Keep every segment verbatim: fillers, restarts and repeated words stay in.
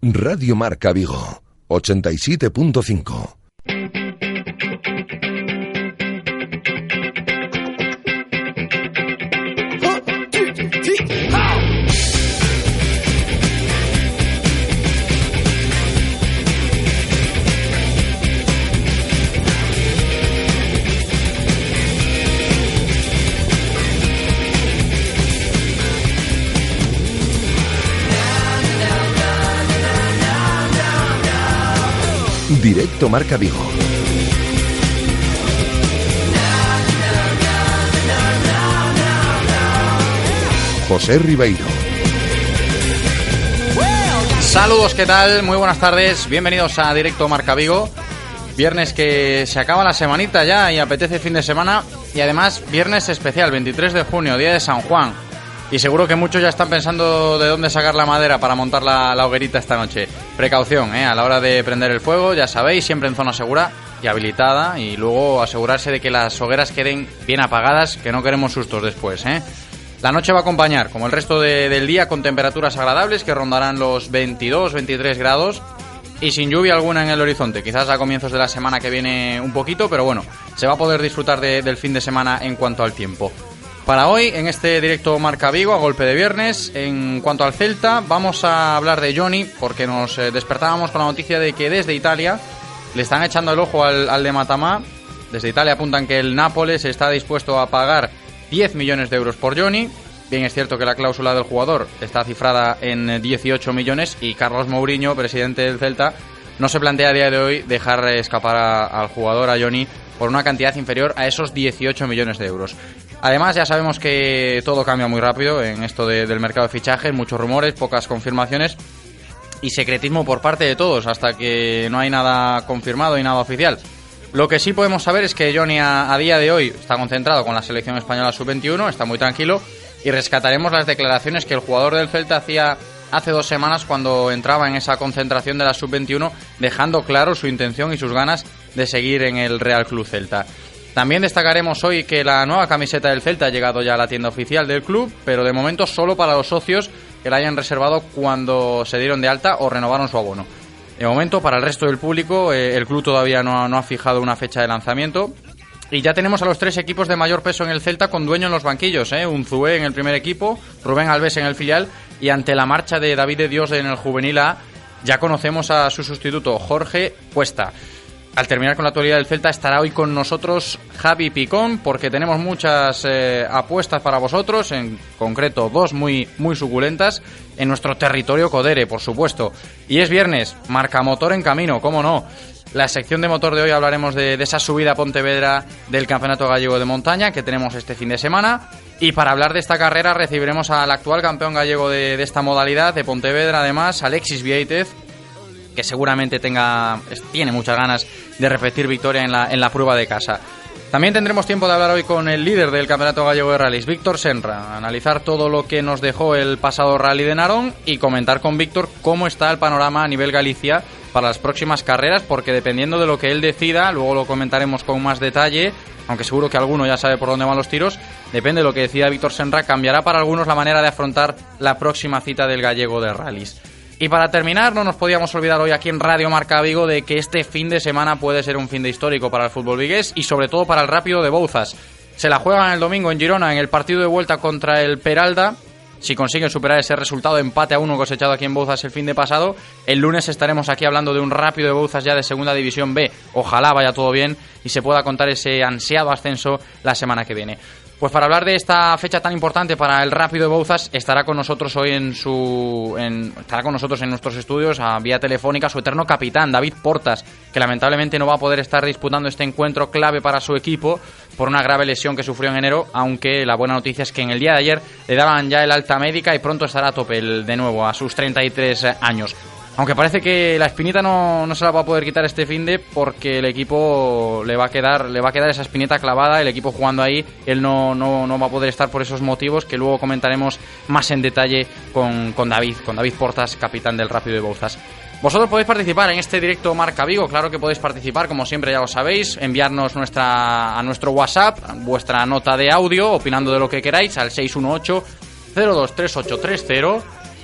Radio Marca Vigo, ochenta y siete punto cinco. Directo Marca Vigo. José Ribeiro. Saludos, ¿qué tal? Muy buenas tardes, bienvenidos a Directo Marca Vigo. Viernes que se acaba la semanita ya y apetece fin de semana. Y además viernes especial, veintitrés de junio, día de San Juan. Y seguro que muchos ya están pensando de dónde sacar la madera para montar la, la hoguerita esta noche. Precaución, ¿eh? A la hora de prender el fuego, ya sabéis, siempre en zona segura y habilitada. Y luego asegurarse de que las hogueras queden bien apagadas, que no queremos sustos después, ¿eh? La noche va a acompañar, como el resto de, del día, con temperaturas agradables que rondarán los veintidós, veintitrés grados. Y sin lluvia alguna en el horizonte. Quizás a comienzos de la semana que viene un poquito, pero bueno, se va a poder disfrutar de, del fin de semana en cuanto al tiempo. Para hoy, en este directo Marca Vigo, a golpe de viernes, en cuanto al Celta, vamos a hablar de Johnny, porque nos eh, despertábamos con la noticia de que desde Italia le están echando el ojo al, al de Matamá. Desde Italia apuntan que el Nápoles está dispuesto a pagar diez millones de euros por Johnny. Bien es cierto que la cláusula del jugador está cifrada en dieciocho millones y Carlos Mourinho, presidente del Celta, no se plantea a día de hoy dejar escapar a, al jugador, a Johnny, por una cantidad inferior a esos dieciocho millones de euros. Además, ya sabemos que todo cambia muy rápido en esto de, del mercado de fichajes, muchos rumores, pocas confirmaciones y secretismo por parte de todos hasta que no hay nada confirmado y nada oficial. Lo que sí podemos saber es que Johnny a, a día de hoy está concentrado con la selección española sub veintiuno, está muy tranquilo, y rescataremos las declaraciones que el jugador del Celta hacía hace dos semanas cuando entraba en esa concentración de la sub veintiuno, dejando claro su intención y sus ganas de seguir en el Real Club Celta. También destacaremos hoy que la nueva camiseta del Celta ha llegado ya a la tienda oficial del club, pero de momento solo para los socios que la hayan reservado cuando se dieron de alta o renovaron su abono. De momento, para el resto del público, eh, el club todavía no ha, no ha fijado una fecha de lanzamiento. Y ya tenemos a los tres equipos de mayor peso en el Celta con dueño en los banquillos, ¿eh? Unzué en el primer equipo, Rubén Alves en el filial, y ante la marcha de David de Dios en el Juvenil A, ya conocemos a su sustituto, Jorge Cuesta. Al terminar con la actualidad del Celta estará hoy con nosotros Javi Picón, porque tenemos muchas eh, apuestas para vosotros, en concreto dos muy, muy suculentas, en nuestro territorio Codere, por supuesto. Y es viernes, marca motor en camino, cómo no. La sección de motor de hoy hablaremos de, de esa subida a Pontevedra del Campeonato Gallego de Montaña que tenemos este fin de semana. Y para hablar de esta carrera recibiremos al actual campeón gallego de, de esta modalidad, de Pontevedra además, Alexis Viéitez, que seguramente tenga tiene muchas ganas de repetir victoria en la, en la prueba de casa. También tendremos tiempo de hablar hoy con el líder del Campeonato Gallego de Rallys, Víctor Senra, analizar todo lo que nos dejó el pasado Rally de Narón y comentar con Víctor cómo está el panorama a nivel Galicia para las próximas carreras, porque dependiendo de lo que él decida, luego lo comentaremos con más detalle, aunque seguro que alguno ya sabe por dónde van los tiros, depende de lo que decida Víctor Senra, cambiará para algunos la manera de afrontar la próxima cita del Gallego de Rallys. Y para terminar, no nos podíamos olvidar hoy aquí en Radio Marca Vigo de que este fin de semana puede ser un fin de histórico para el fútbol vigués y sobre todo para el Rápido de Bouzas. Se la juegan el domingo en Girona en el partido de vuelta contra el Peralda. Si consiguen superar ese resultado de empate a uno cosechado aquí en Bouzas el fin de pasado, el lunes estaremos aquí hablando de un Rápido de Bouzas ya de Segunda División B. Ojalá vaya todo bien y se pueda contar ese ansiado ascenso la semana que viene. Pues para hablar de esta fecha tan importante para el Rápido de Bouzas, estará con nosotros hoy en su en, estará con nosotros en nuestros estudios a vía telefónica su eterno capitán, David Portas, que lamentablemente no va a poder estar disputando este encuentro clave para su equipo por una grave lesión que sufrió en enero, aunque la buena noticia es que en el día de ayer le daban ya el alta médica y pronto estará a tope el, de nuevo a sus treinta y tres años. Aunque parece que la espinita no, no se la va a poder quitar este finde porque el equipo le va a quedar le va a quedar esa espinita clavada, el equipo jugando ahí, él no, no, no va a poder estar por esos motivos que luego comentaremos más en detalle con, con David, con David Portas, capitán del Rápido de Bouzas. Vosotros podéis participar en este directo Marca Vigo, claro que podéis participar, como siempre ya lo sabéis, enviarnos nuestra a nuestro WhatsApp vuestra nota de audio opinando de lo que queráis al seis uno ocho, cero dos tres ocho tres cero.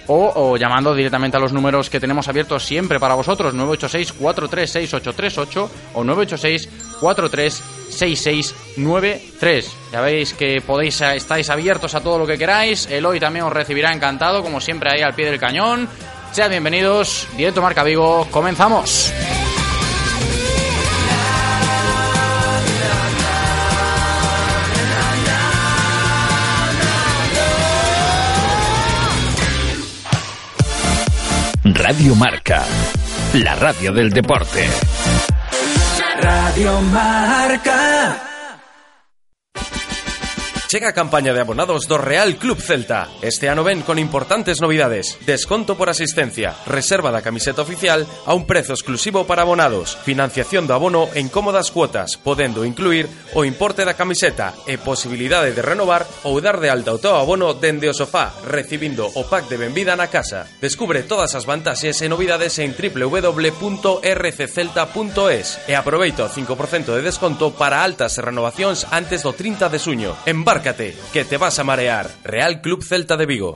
o, o llamando directamente a los números que tenemos abiertos siempre para vosotros, nueve ocho seis, cuatro tres seis, ocho tres ocho o nueve ocho seis, cuatro tres seis seis nueve tres. Ya veis que podéis, estáis abiertos a todo lo que queráis. Eloy también os recibirá encantado, como siempre, ahí al pie del cañón. Sean bienvenidos, Directo Marca Vigo, comenzamos. Radio Marca, la radio del deporte. Radio Marca. Chega a campaña de abonados do Real Club Celta. Este ano ven con importantes novidades. Desconto por asistencia, reserva da camiseta oficial a un prezo exclusivo para abonados, financiación do abono en cómodas cuotas, podendo incluir o importe da camiseta e posibilidade de renovar ou dar de alta o teu abono dende o sofá, recibindo o pack de benvida na casa. Descubre todas as vantaxes e novidades en doble u doble u doble u punto r c celta punto e s e aproveita o cinco por cento de desconto para altas e renovacións antes do trinta de xuño. Embarca que te vas a marear. Real Club Celta de Vigo.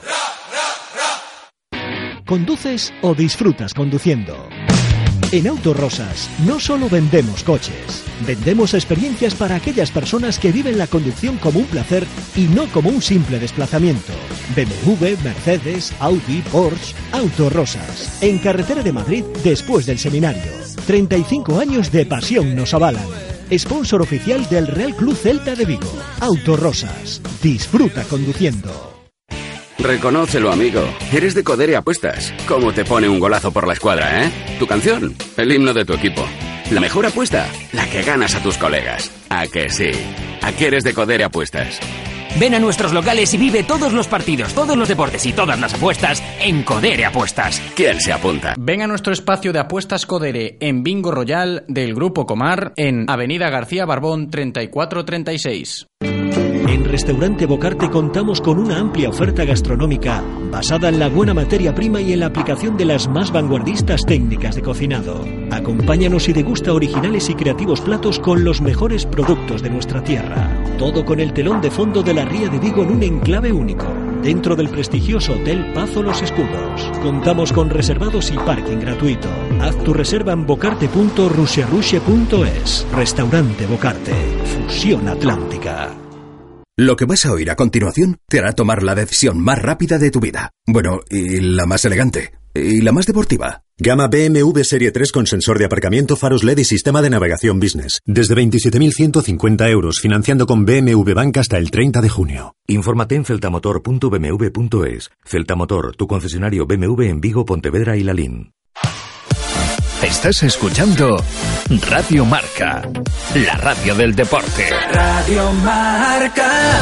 ¿Conduces o disfrutas conduciendo? En Autorosas no solo vendemos coches, vendemos experiencias para aquellas personas que viven la conducción como un placer y no como un simple desplazamiento. B M W, Mercedes, Audi, Porsche, Autorosas. En carretera de Madrid después del seminario. treinta y cinco años de pasión nos avalan. Sponsor oficial del Real Club Celta de Vigo. Autorosas. Disfruta conduciendo. Reconócelo, amigo. Eres de Codere Apuestas. ¿Cómo te pone un golazo por la escuadra, eh? Tu canción, el himno de tu equipo. La mejor apuesta, la que ganas a tus colegas. ¿A que sí? ¿A qué eres de Codere Apuestas? Ven a nuestros locales y vive todos los partidos, todos los deportes y todas las apuestas en Codere Apuestas. ¿Quién se apunta? Ven a nuestro espacio de apuestas Codere en Bingo Royal del Grupo Comar en Avenida García Barbón treinta y cuatro treinta y seis. En Restaurante Bocarte contamos con una amplia oferta gastronómica basada en la buena materia prima y en la aplicación de las más vanguardistas técnicas de cocinado. Acompáñanos y degusta originales y creativos platos con los mejores productos de nuestra tierra. Todo con el telón de fondo de la Ría de Vigo en un enclave único, dentro del prestigioso Hotel Pazo Los Escudos. Contamos con reservados y parking gratuito. Haz tu reserva en bocarte punto rusherushe punto e s. Restaurante Bocarte. Fusión Atlántica. Lo que vas a oír a continuación te hará tomar la decisión más rápida de tu vida. Bueno, y la más elegante. Y la más deportiva. Gama B M W Serie tres con sensor de aparcamiento, faros L E D y sistema de navegación business. Desde veintisiete mil ciento cincuenta euros, financiando con B M W Bank hasta el treinta de junio. Infórmate en celtamotor punto b m w punto e s. Celtamotor, tu concesionario B M W en Vigo, Pontevedra y Lalín. Estás escuchando Radio Marca, la radio del deporte. Radio Marca.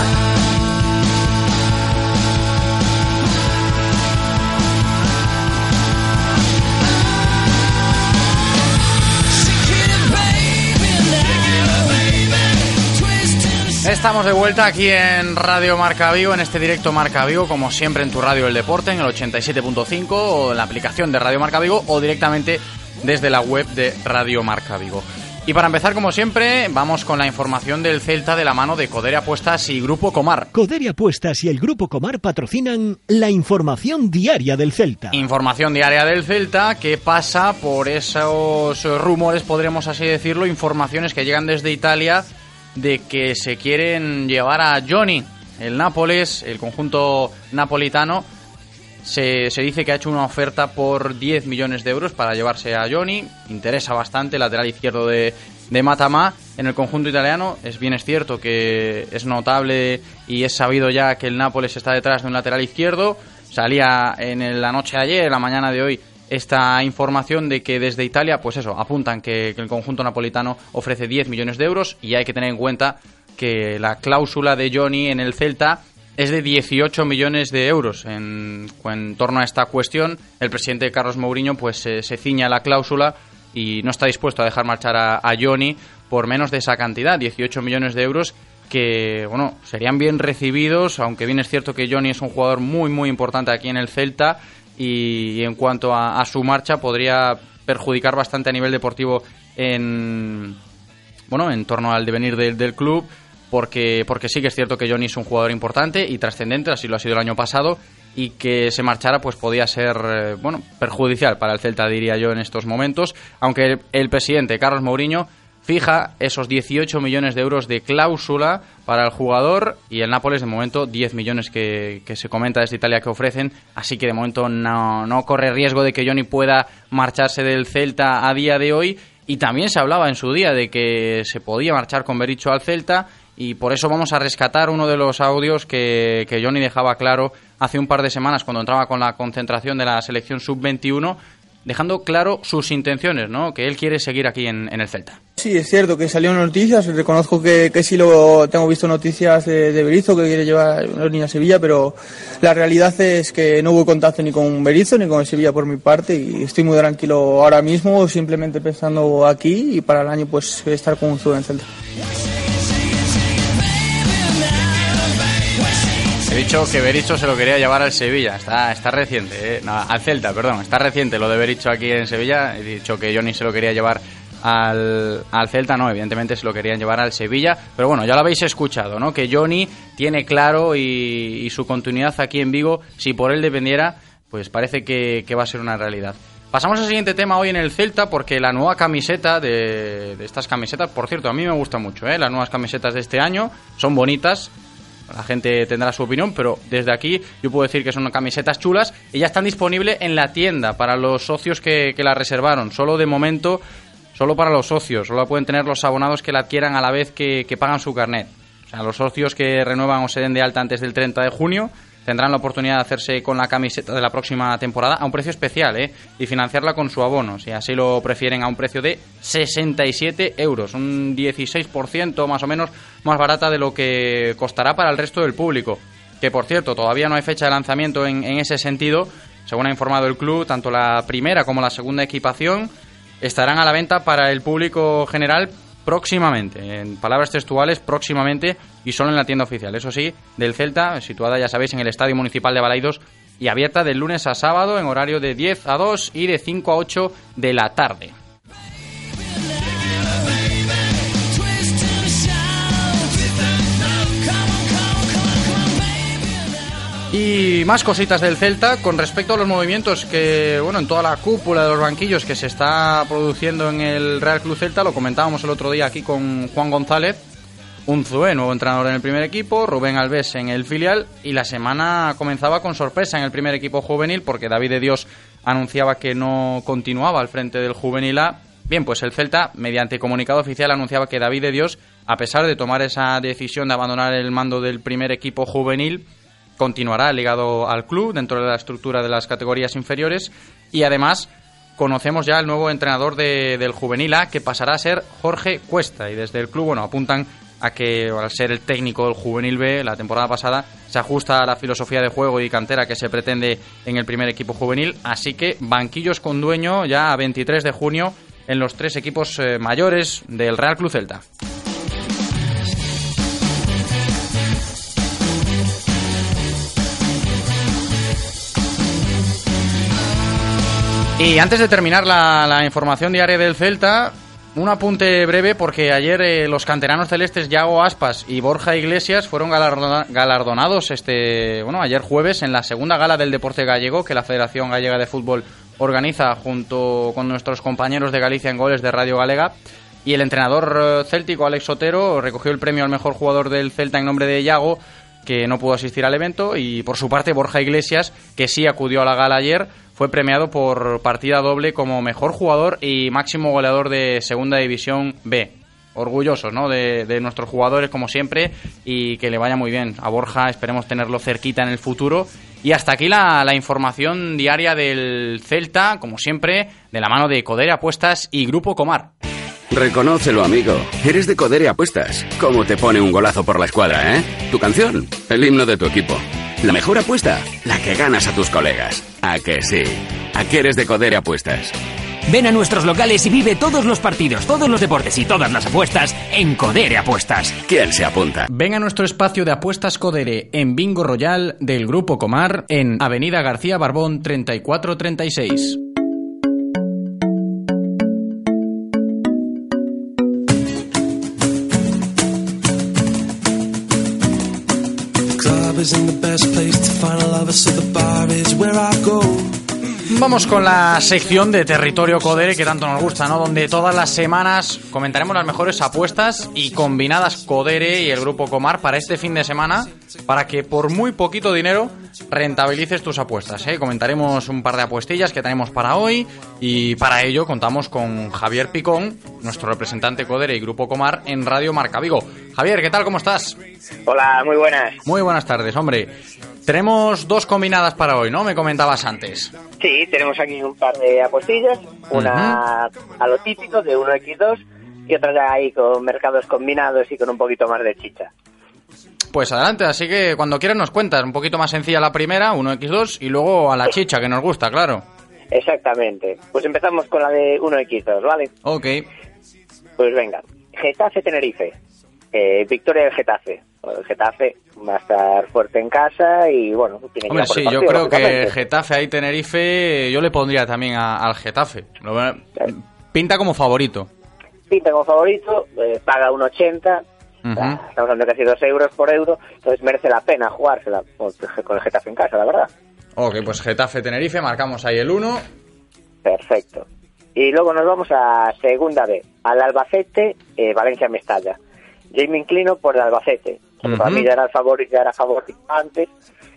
Estamos de vuelta aquí en Radio Marca Vigo, en este directo Marca Vigo, como siempre en tu radio del deporte, en el ochenta y siete punto cinco o en la aplicación de Radio Marca Vigo o directamente desde la web de Radio Marca Vigo. Y para empezar, como siempre, vamos con la información del Celta de la mano de Codere Apuestas y Grupo Comar. Codere Apuestas y el Grupo Comar patrocinan la información diaria del Celta. Información diaria del Celta que pasa por esos rumores, podremos así decirlo, informaciones que llegan desde Italia de que se quieren llevar a Johnny. El Nápoles, el conjunto napolitano, se, se dice que ha hecho una oferta por diez millones de euros para llevarse a Johnny. Interesa bastante, lateral izquierdo de, de Matamá en el conjunto italiano. Es bien es cierto que es notable y es sabido ya que el Nápoles está detrás de un lateral izquierdo. Salía en la noche de ayer, en la mañana de hoy, esta información de que desde Italia, pues eso, apuntan que, que el conjunto napolitano ofrece diez millones de euros y hay que tener en cuenta que la cláusula de Johnny en el Celta es de dieciocho millones de euros. En, en torno a esta cuestión, el presidente Carlos Mourinho pues eh, se ciña a la cláusula y no está dispuesto a dejar marchar a, a Johnny por menos de esa cantidad, dieciocho millones de euros, que bueno, serían bien recibidos, aunque bien es cierto que Johnny es un jugador muy muy importante aquí en el Celta y, y en cuanto a, a su marcha podría perjudicar bastante a nivel deportivo en bueno en torno al devenir del, del club, porque porque sí que es cierto que Johnny es un jugador importante y trascendente, así lo ha sido el año pasado, y que se marchara pues podía ser eh, bueno perjudicial para el Celta, diría yo, en estos momentos, aunque el, el presidente Carlos Mourinho fija esos dieciocho millones de euros de cláusula para el jugador y el Nápoles de momento diez millones que, que se comenta desde Italia que ofrecen, así que de momento no, no corre riesgo de que Johnny pueda marcharse del Celta a día de hoy. Y también se hablaba en su día de que se podía marchar con Berizzo al Celta, y por eso vamos a rescatar uno de los audios que, que Johnny dejaba claro hace un par de semanas cuando entraba con la concentración de la selección sub veintiuno, dejando claro sus intenciones, ¿no? Que él quiere seguir aquí en, en el Celta. Sí, es cierto que salieron noticias, reconozco que, que sí lo tengo visto noticias de, de Berizzo, que quiere llevar a los niños a Sevilla, pero la realidad es que no hubo contacto ni con Berizzo ni con el Sevilla por mi parte, y estoy muy tranquilo ahora mismo, simplemente pensando aquí y para el año pues estar con un club en Celta. He dicho que Berizzo se lo quería llevar al Sevilla, está, está reciente, ¿eh? No, al Celta, perdón, está reciente lo de Berizzo aquí en Sevilla. He dicho que Johnny se lo quería llevar al, al Celta, no, evidentemente se lo querían llevar al Sevilla, pero bueno, ya lo habéis escuchado, ¿no? Que Johnny tiene claro y, y su continuidad aquí en Vigo, si por él dependiera, pues parece que, que va a ser una realidad. Pasamos al siguiente tema hoy en el Celta, porque la nueva camiseta de, de estas camisetas, por cierto, a mí me gusta mucho, ¿eh? Las nuevas camisetas de este año son bonitas. La gente tendrá su opinión, pero desde aquí yo puedo decir que son camisetas chulas y ya están disponibles en la tienda para los socios que, que la reservaron. Solo de momento, solo para los socios. Solo la pueden tener los abonados que la adquieran a la vez que, que pagan su carnet. O sea, los socios que renuevan o se den de alta antes del treinta de junio tendrán la oportunidad de hacerse con la camiseta de la próxima temporada a un precio especial, ¿eh? Y financiarla con su abono, si así lo prefieren, a un precio de sesenta y siete euros, un dieciséis por ciento más o menos más barata de lo que costará para el resto del público. Que, por cierto, todavía no hay fecha de lanzamiento en, en ese sentido. Según ha informado el club, tanto la primera como la segunda equipación estarán a la venta para el público general próximamente, en palabras textuales, próximamente, y solo en la tienda oficial, eso sí, del Celta, situada, ya sabéis, en el Estadio Municipal de Balaidos y abierta de lunes a sábado en horario de diez a dos y de cinco a ocho de la tarde. Y más cositas del Celta con respecto a los movimientos que, bueno, en toda la cúpula de los banquillos que se está produciendo en el Real Club Celta. Lo comentábamos el otro día aquí con Juan González, Unzué, nuevo entrenador en el primer equipo, Rubén Alves en el filial, y la semana comenzaba con sorpresa en el primer equipo juvenil porque David de Dios anunciaba que no continuaba al frente del Juvenil A. Bien, pues el Celta, mediante comunicado oficial, anunciaba que David de Dios, a pesar de tomar esa decisión de abandonar el mando del primer equipo juvenil, continuará ligado al club dentro de la estructura de las categorías inferiores, y además conocemos ya el nuevo entrenador de, del Juvenil A, que pasará a ser Jorge Cuesta, y desde el club, bueno, apuntan a que al ser el técnico del Juvenil B la temporada pasada se ajusta a la filosofía de juego y cantera que se pretende en el primer equipo juvenil, así que banquillos con dueño ya a veintitrés de junio en los tres equipos eh, mayores del Real Club Celta. Y antes de terminar la, la información diaria del Celta, un apunte breve porque ayer eh, los canteranos celestes Yago Aspas y Borja Iglesias fueron galardona, galardonados este bueno ayer jueves en la segunda gala del deporte gallego que la Federación Gallega de Fútbol organiza junto con nuestros compañeros de Galicia en Goles de Radio Galega. Y el entrenador céltico Alex Sotero recogió el premio al mejor jugador del Celta en nombre de Yago, que no pudo asistir al evento, y por su parte Borja Iglesias, que sí acudió a la gala ayer, fue premiado por partida doble como mejor jugador y máximo goleador de Segunda División B. Orgullosos, ¿no?, de, de nuestros jugadores, como siempre, y que le vaya muy bien a Borja. Esperemos tenerlo cerquita en el futuro. Y hasta aquí la, la información diaria del Celta, como siempre, de la mano de Codere Apuestas y Grupo Comar. Reconócelo, amigo. Eres de Codere Apuestas. ¿Cómo te pone un golazo por la escuadra, eh? Tu canción, el himno de tu equipo. La mejor apuesta, la que ganas a tus colegas. ¿A que sí? ¿A qué eres de Codere Apuestas? Ven a nuestros locales y vive todos los partidos, todos los deportes y todas las apuestas en Codere Apuestas. ¿Quién se apunta? Ven a nuestro espacio de apuestas Codere en Bingo Royal del Grupo Comar en Avenida García Barbón treinta y cuatro treinta y seis. Vamos con la sección de Territorio Codere que tanto nos gusta, ¿no? Donde todas las semanas comentaremos las mejores apuestas y combinadas Codere y el Grupo Comar para este fin de semana, para que por muy poquito dinero rentabilices tus apuestas, ¿eh? Comentaremos un par de apuestillas que tenemos para hoy y para ello contamos con Javier Picón, nuestro representante Codere y Grupo Comar en Radio Marca Vigo. Javier, ¿qué tal? ¿Cómo estás? Hola, muy buenas. Muy buenas tardes, hombre. Tenemos dos combinadas para hoy, ¿no? Me comentabas antes. Sí, tenemos aquí un par de apostillas, una uh-huh. a lo típico de uno equis dos y otra ya ahí con mercados combinados y con un poquito más de chicha. Pues adelante, así que cuando quieras nos cuentas, un poquito más sencilla la primera, uno equis dos, y luego a la chicha, que nos gusta, claro. Exactamente. Pues empezamos con la de uno equis dos, ¿vale? Ok. Pues venga, Getafe-Tenerife, eh, victoria del Getafe. El Getafe va a estar fuerte en casa y bueno, tiene que Hombre, ir a por sí, el partido, yo creo que lógicamente. Getafe ahí Tenerife, yo le pondría también a, al Getafe. Lo, pinta como favorito. Pinta como favorito, eh, paga un ochenta, uh-huh. Estamos hablando de casi dos euros por euro, entonces merece la pena jugársela con el Getafe en casa, la verdad. Ok, pues Getafe Tenerife, marcamos ahí el uno. Perfecto. Y luego nos vamos a segunda B, al Albacete, eh, Valencia-Mestalla. Yo me inclino por el Albacete. Uh-huh. Para mí ya era el favorito, ya era favorito antes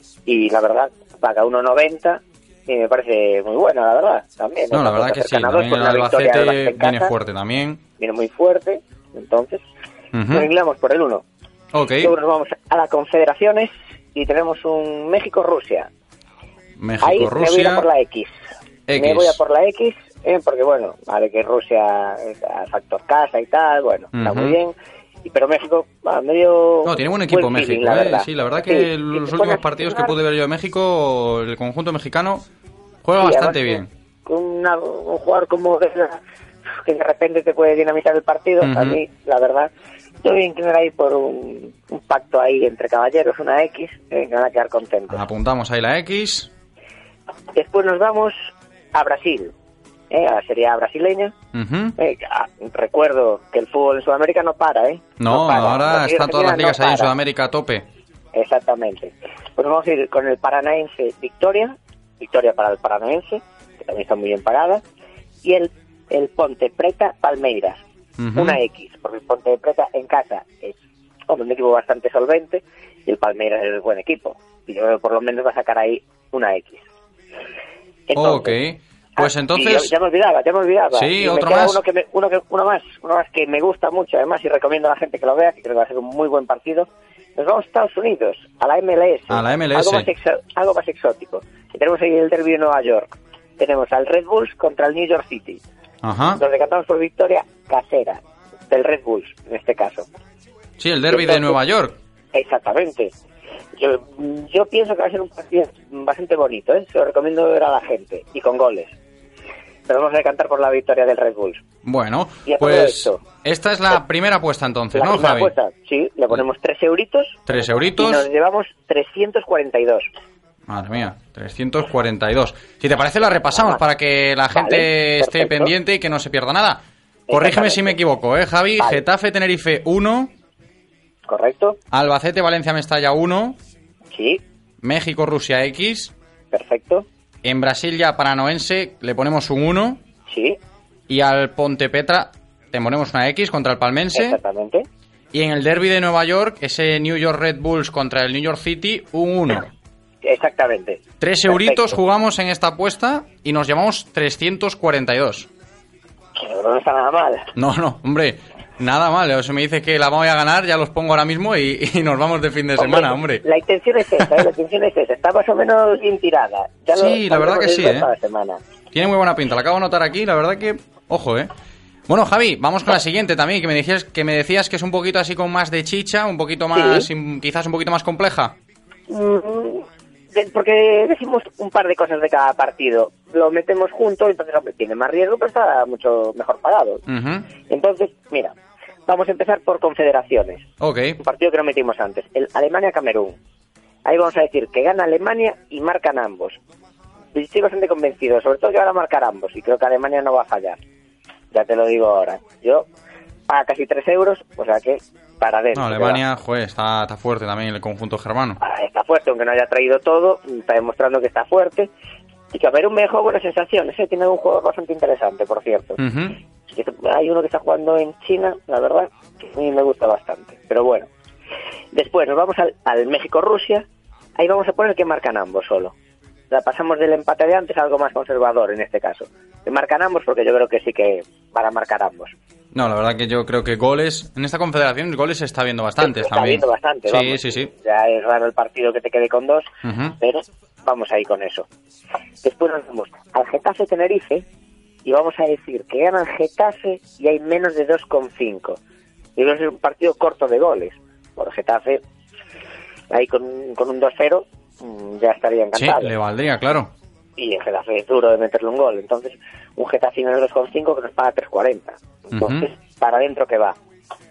y la verdad paga uno noventa y me parece muy buena, la verdad, también. No, la verdad que sí, también el Albacete viene fuerte también. Viene muy fuerte, entonces uh-huh. nos inclinamos por el uno. Okay. Luego nos vamos a las confederaciones y tenemos un México-Rusia. México-Rusia. Ahí me voy a por la X. X. Me voy a por la X eh, porque bueno, vale que Rusia es al factor casa y tal, bueno, uh-huh. está muy bien. Pero México, va, medio... No, tiene buen equipo buen México, feeling, la ¿eh? verdad. Sí, la verdad que sí, los sí, últimos partidos que pude ver yo de México, el conjunto mexicano juega sí, bastante además, bien. Con una, un jugador como de, que de repente te puede dinamitar el partido, uh-huh. a mí, la verdad, yo voy a inclinar ahí por un, un pacto ahí entre caballeros, una X, eh, que van a quedar contentos. Apuntamos ahí la X. Después nos vamos a Brasil. Eh, a la Serie A brasileña. Uh-huh. Eh, ah, recuerdo que el fútbol en Sudamérica no para, ¿eh? No, no para. ahora están todas las ligas no ahí en Sudamérica a tope. Exactamente. Pues vamos a ir con el Paranaense Victoria, victoria para el Paranaense, que también está muy bien pagada, y el, el Ponte Preta Palmeiras, uh-huh. una X, porque el Ponte Preta en casa es hombre, un equipo bastante solvente y el Palmeiras es un buen equipo. Y yo creo que por lo menos va a sacar ahí una X. Entonces, ok. Pues entonces... Ya, ya me olvidaba, ya me olvidaba. Sí, y otro me más. Uno, que me, uno, que, uno más. Uno más que me gusta mucho, además, y recomiendo a la gente que lo vea, que creo que va a ser un muy buen partido. Nos vamos a Estados Unidos, a la M L S. A la M L S. Algo más, exo, algo más exótico. Y tenemos ahí el derbi de Nueva York. Tenemos al Red Bulls contra el New York City. Ajá. Nos decantamos por victoria casera, del Red Bulls, en este caso. Sí, el derbi de Nueva York. Exactamente. Yo, yo pienso que va a ser un partido bastante bonito, ¿eh? Se lo recomiendo ver a la gente, y con goles. Pero vamos a decantar por la victoria del Red Bulls. Bueno, pues esto, esta es la primera apuesta entonces, la ¿no, primera Javi? Apuesta, sí, le ponemos tres euritos. Tres euritos. Y nos llevamos trescientos cuarenta y dos. Madre mía, trescientos cuarenta y dos. Si te parece la repasamos para que la gente vale, esté perfecto. pendiente y que no se pierda nada. Corrígeme si me equivoco, ¿eh, Javi? Vale. Getafe Tenerife uno. Correcto. Albacete Valencia Mestalla uno. Sí. México Rusia X. Perfecto. En Brasil ya Paranaense le ponemos un uno. Sí. Y al Ponte Preta te ponemos una X contra el Palmense. Exactamente. Y en el derbi de Nueva York, ese New York Red Bulls contra el New York City, un uno. Exactamente. Tres Perfecto. euritos jugamos en esta apuesta y nos llevamos trescientos cuarenta y dos. No está nada mal. No, no, hombre, nada mal. O sea, me dice que la voy a ganar, ya los pongo ahora mismo y, y nos vamos de fin de hombre, semana, hombre. La intención es esa, ¿eh? La intención es esa. Está más o menos bien tirada. Ya sí, lo, la verdad que sí, ¿eh? La semana. Tiene muy buena pinta. La acabo de notar aquí, la verdad que... Ojo, ¿eh? Bueno, Javi, vamos con la siguiente también, que me decías que me decías que es un poquito así con más de chicha, un poquito más, sí. Quizás un poquito más compleja. Mm, de, porque decimos un par de cosas de cada partido. Lo metemos juntos, entonces hombre, tiene más riesgo, pero está mucho mejor pagado. Uh-huh. Entonces, mira, vamos a empezar por confederaciones. Ok. Un partido que no metimos antes, el Alemania-Camerún. Ahí vamos a decir que gana Alemania y marcan ambos. Estoy bastante convencido, sobre todo que van a marcar ambos, y creo que Alemania no va a fallar. Ya te lo digo ahora. Yo paga casi tres euros, o sea que para adentro. No, Alemania, joder, está, está fuerte también el conjunto germano. Ah, está fuerte, aunque no haya traído todo, está demostrando que está fuerte. Y Camerún me dejó buenas sensaciones, ¿eh? Tiene un jugador bastante interesante, por cierto. Uh-huh. Hay uno que está jugando en China, la verdad, que a mí me gusta bastante. Pero bueno. Después nos vamos al, al México-Rusia. Ahí vamos a poner que marcan ambos solo. O sea, pasamos del empate de antes a algo más conservador en este caso. Que marcan ambos porque yo creo que sí que van a marcar ambos. No, la verdad que yo creo que goles... En esta confederación goles se está viendo bastantes se está también. viendo bastante, sí, vamos. sí, sí. Ya es raro el partido que te quede con dos, Uh-huh. pero vamos ahí con eso. Después nos vamos al Getafe-Tenerife y vamos a decir que gana el Getafe y hay menos de dos coma cinco. Y creo que es un partido corto de goles. Por el Getafe, ahí con, con un dos cero ya estaría encantado. Sí, le valdría, claro. Y el Getafe es duro de meterle un gol. Entonces, un Getafe menos dos coma cinco que nos paga tres cuarenta. Entonces, uh-huh. para adentro que va.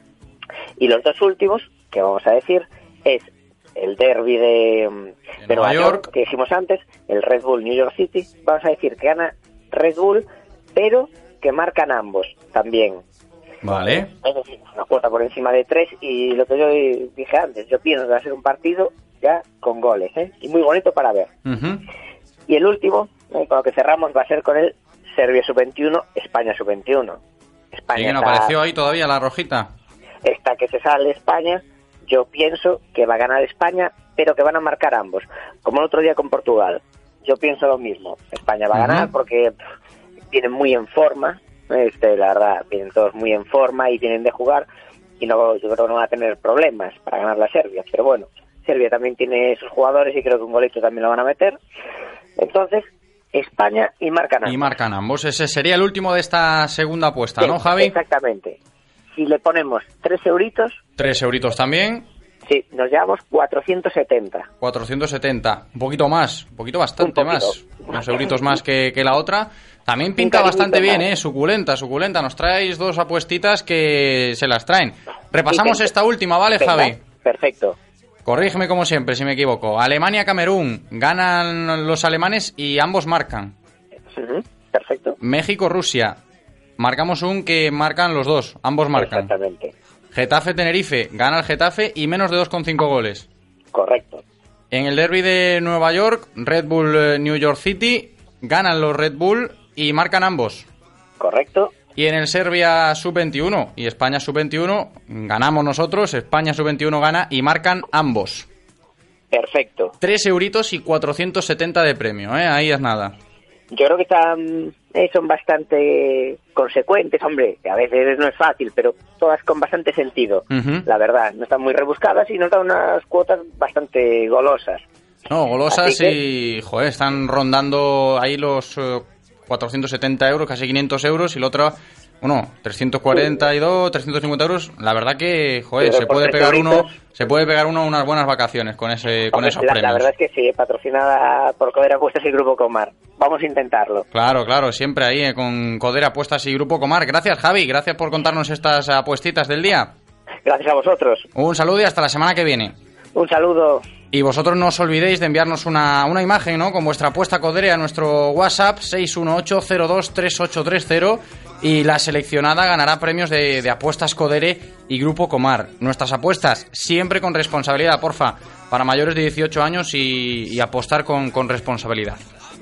Y los dos últimos, que vamos a decir, es el derbi de, de, de Nueva York, York, que dijimos antes, el Red Bull New York City. Vamos a decir que gana Red Bull, pero que marcan ambos también. Vale. Es decir, una cuota por encima de tres. Y lo que yo dije antes, yo pienso que va a ser un partido ya con goles, ¿eh? Y muy bonito para ver. Uh-huh. Y el último, ¿eh? con lo que cerramos, va a ser con el Serbia sub veintiuno, España sub veintiuno. España ¿Y que no está, apareció ahí todavía la rojita? Esta que se sale España, yo pienso que va a ganar España, pero que van a marcar ambos. Como el otro día con Portugal. Yo pienso lo mismo. España va a ganar uh-huh. porque pff, vienen muy en forma. Este, la verdad, vienen todos muy en forma y vienen de jugar. Y no, yo creo que no van a tener problemas para ganar la Serbia. Pero bueno, Serbia también tiene sus jugadores y creo que un golito también lo van a meter. Entonces, España y marcan ambos. Y marcan ambos. Ese sería el último de esta segunda apuesta, sí, ¿no, Javi? Exactamente. Si le ponemos tres euritos... Tres euritos también. Sí, nos llevamos cuatrocientos setenta. cuatrocientos setenta. Un poquito más, un poquito bastante un más. Unos euritos más que, que la otra. También pinta bastante bien, más. ¿eh? Suculenta, suculenta. Nos traéis dos apuestitas que se las traen. Repasamos sí, esta última, ¿vale, venga, Javi? Perfecto. Corrígeme como siempre si me equivoco. Alemania-Camerún. Ganan los alemanes y ambos marcan. Uh-huh, perfecto. México-Rusia. Marcamos un que marcan los dos. Ambos marcan. Exactamente. Getafe-Tenerife. Gana el Getafe y menos de dos coma cinco goles. Correcto. En el derbi de Nueva York, Red Bull eh, New York City. Ganan los Red Bull y marcan ambos. Correcto. Y en el Serbia sub veintiuno y España sub veintiuno, ganamos nosotros, España sub veintiuno gana y marcan ambos. Perfecto. Tres euritos y cuatrocientos setenta de premio, ¿eh? Ahí es nada. Yo creo que están, eh, son bastante consecuentes, hombre, que a veces no es fácil, pero todas con bastante sentido, uh-huh. la verdad. No están muy rebuscadas y nos dan unas cuotas bastante golosas. No, golosas que... y, joder, están rondando ahí los uh, cuatrocientos setenta euros, casi quinientos euros, y la otra, bueno, trescientos cuarenta y dos, trescientos cincuenta euros. La verdad que, joder, se puede pegar uno, se puede pegar uno unas buenas vacaciones con ese, con esos la, premios. La verdad es que sí, patrocinada por Codere Apuestas y Grupo Comar. Vamos a intentarlo. Claro, claro, siempre ahí eh, con Codere Apuestas y Grupo Comar. Gracias, Javi, gracias por contarnos estas apuestitas del día. Gracias a vosotros. Un saludo y hasta la semana que viene. Un saludo. Y vosotros no os olvidéis de enviarnos una, una imagen, ¿no?, con vuestra apuesta Codere a nuestro WhatsApp seis uno ocho cero dos tres ocho tres cero y la seleccionada ganará premios de, de apuestas Codere y Grupo Comar. Nuestras apuestas siempre con responsabilidad, porfa, para mayores de dieciocho años y, y apostar con, con responsabilidad.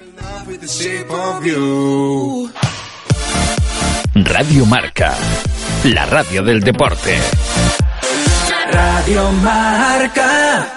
Radio Marca, la radio del deporte. Radio Marca.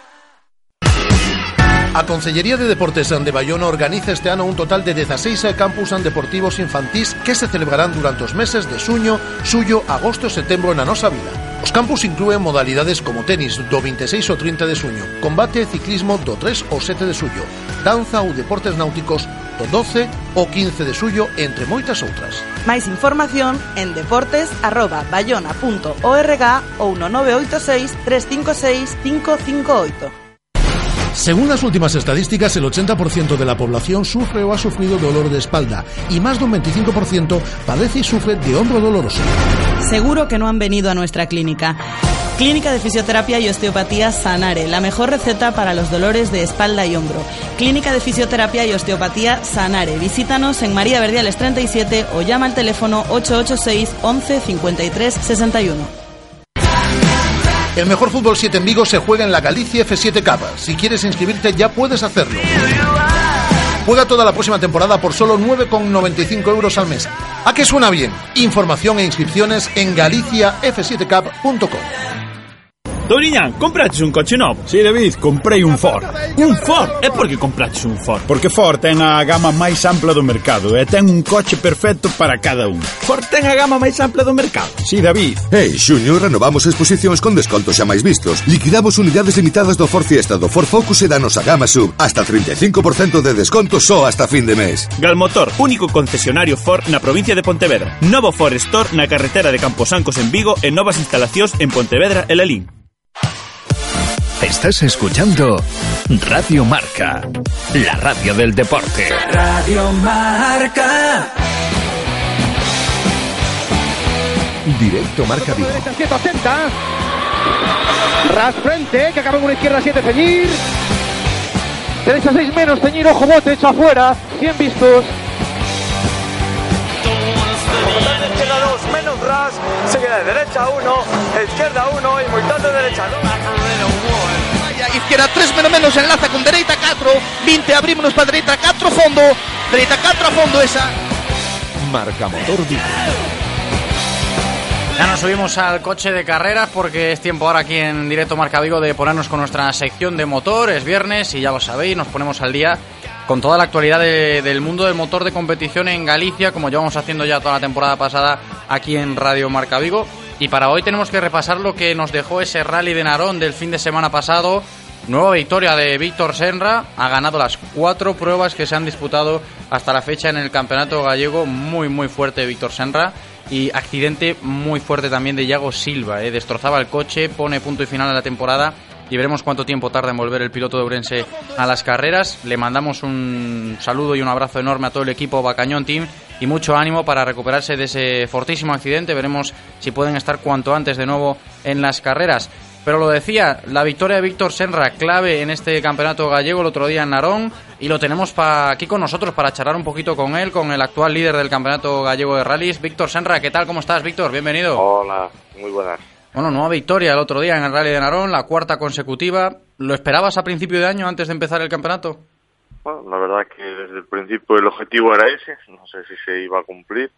A Consellería de Deportes de Bayona organiza este ano un total de dezasseis campus deportivos infantís que se celebrarán durante os meses de xuño, xullo, agosto e setembro na nosa vila. Os campus inclúen modalidades como tenis do veintiséis ao trinta de xuño, combate e ciclismo do tres ao sete de xullo, danza ou deportes náuticos do doce ao quince de xullo, entre moitas outras. Máis información en deportes arroba bayona punto org ou no nove oito seis tres cinco seis cinco cinco oito. Según las últimas estadísticas, el ochenta por ciento de la población sufre o ha sufrido dolor de espalda y más de un veinticinco por ciento padece y sufre de hombro doloroso. Seguro que no han venido a nuestra clínica. Clínica de Fisioterapia y Osteopatía Sanare, la mejor receta para los dolores de espalda y hombro. Clínica de Fisioterapia y Osteopatía Sanare. Visítanos en María Verdiales treinta y siete o llama al teléfono ocho ocho seis once cincuenta y tres sesenta y uno. El mejor fútbol siete en Vigo se juega en la Galicia F siete Cup. Si quieres inscribirte ya puedes hacerlo. Juega toda la próxima temporada por solo nueve con noventa y cinco euros al mes. ¿A qué suena bien? Información e inscripciones en galicia f siete cup punto com. Touriñán, compraches un coche novo? Si, sí, David, comprei un Ford. Un Ford? E por que compraches un Ford? Porque Ford ten a gama máis ampla do mercado e ten un coche perfecto para cada un. Ford ten a gama máis ampla do mercado? Si, sí, David. Hey, Xunio, renovamos exposicións con descontos xa máis vistos. Liquidamos unidades limitadas do Ford Fiesta, do Ford Focus e da nosa gama sub. Hasta trinta e cinco por cento de desconto só hasta fin de mes. Galmotor, único concesionario Ford na provincia de Pontevedra. Novo Ford Store na carretera de Camposancos en Vigo e novas instalacións en Pontevedra e Lalín. Estás escuchando Radio Marca, la radio del deporte. Radio Marca. Directo Marca Vigo. ciento ochenta. Ras frente, que acaba con una izquierda siete, ceñir. Derecha seis menos, ceñir, ojo, bote, hecho afuera. cien vistos. Izquierda dos, menos Ras, seguida de derecha uno, izquierda uno y multado de derecha dos. Izquierda tres menos menos, enlaza con dereita cuatro, veinte, abrímonos para dereita cuatro, fondo, dereita cuatro a fondo esa. Marca Motor Vigo. Ya nos subimos al coche de carreras porque es tiempo ahora aquí en Directo Marca Vigo de ponernos con nuestra sección de motor. Es viernes y ya lo sabéis, nos ponemos al día con toda la actualidad de, del mundo del motor de competición en Galicia, como llevamos haciendo ya toda la temporada pasada aquí en Radio Marca Vigo. Y para hoy tenemos que repasar lo que nos dejó ese rally de Narón del fin de semana pasado. Nueva victoria de Víctor Senra, ha ganado las cuatro pruebas que se han disputado hasta la fecha en el campeonato gallego. Muy muy fuerte Víctor Senra, y accidente muy fuerte también de Iago Silva, ¿eh? Destrozaba el coche, pone punto y final a la temporada y veremos cuánto tiempo tarda en volver el piloto de Ourense a las carreras. Le mandamos un saludo y un abrazo enorme a todo el equipo Bacañón Team y mucho ánimo para recuperarse de ese fortísimo accidente. Veremos si pueden estar cuanto antes de nuevo en las carreras. Pero lo decía, la victoria de Víctor Senra, clave en este campeonato gallego el otro día en Narón, y lo tenemos pa aquí con nosotros para charlar un poquito con él, con el actual líder del campeonato gallego de rallies, Víctor Senra. ¿Qué tal? ¿Cómo estás, Víctor? Bienvenido. Hola, muy buenas. Bueno, nueva victoria el otro día en el rally de Narón, la cuarta consecutiva. ¿Lo esperabas a principio de año, antes de empezar el campeonato? Bueno, la verdad que desde el principio el objetivo era ese, no sé si se iba a cumplir.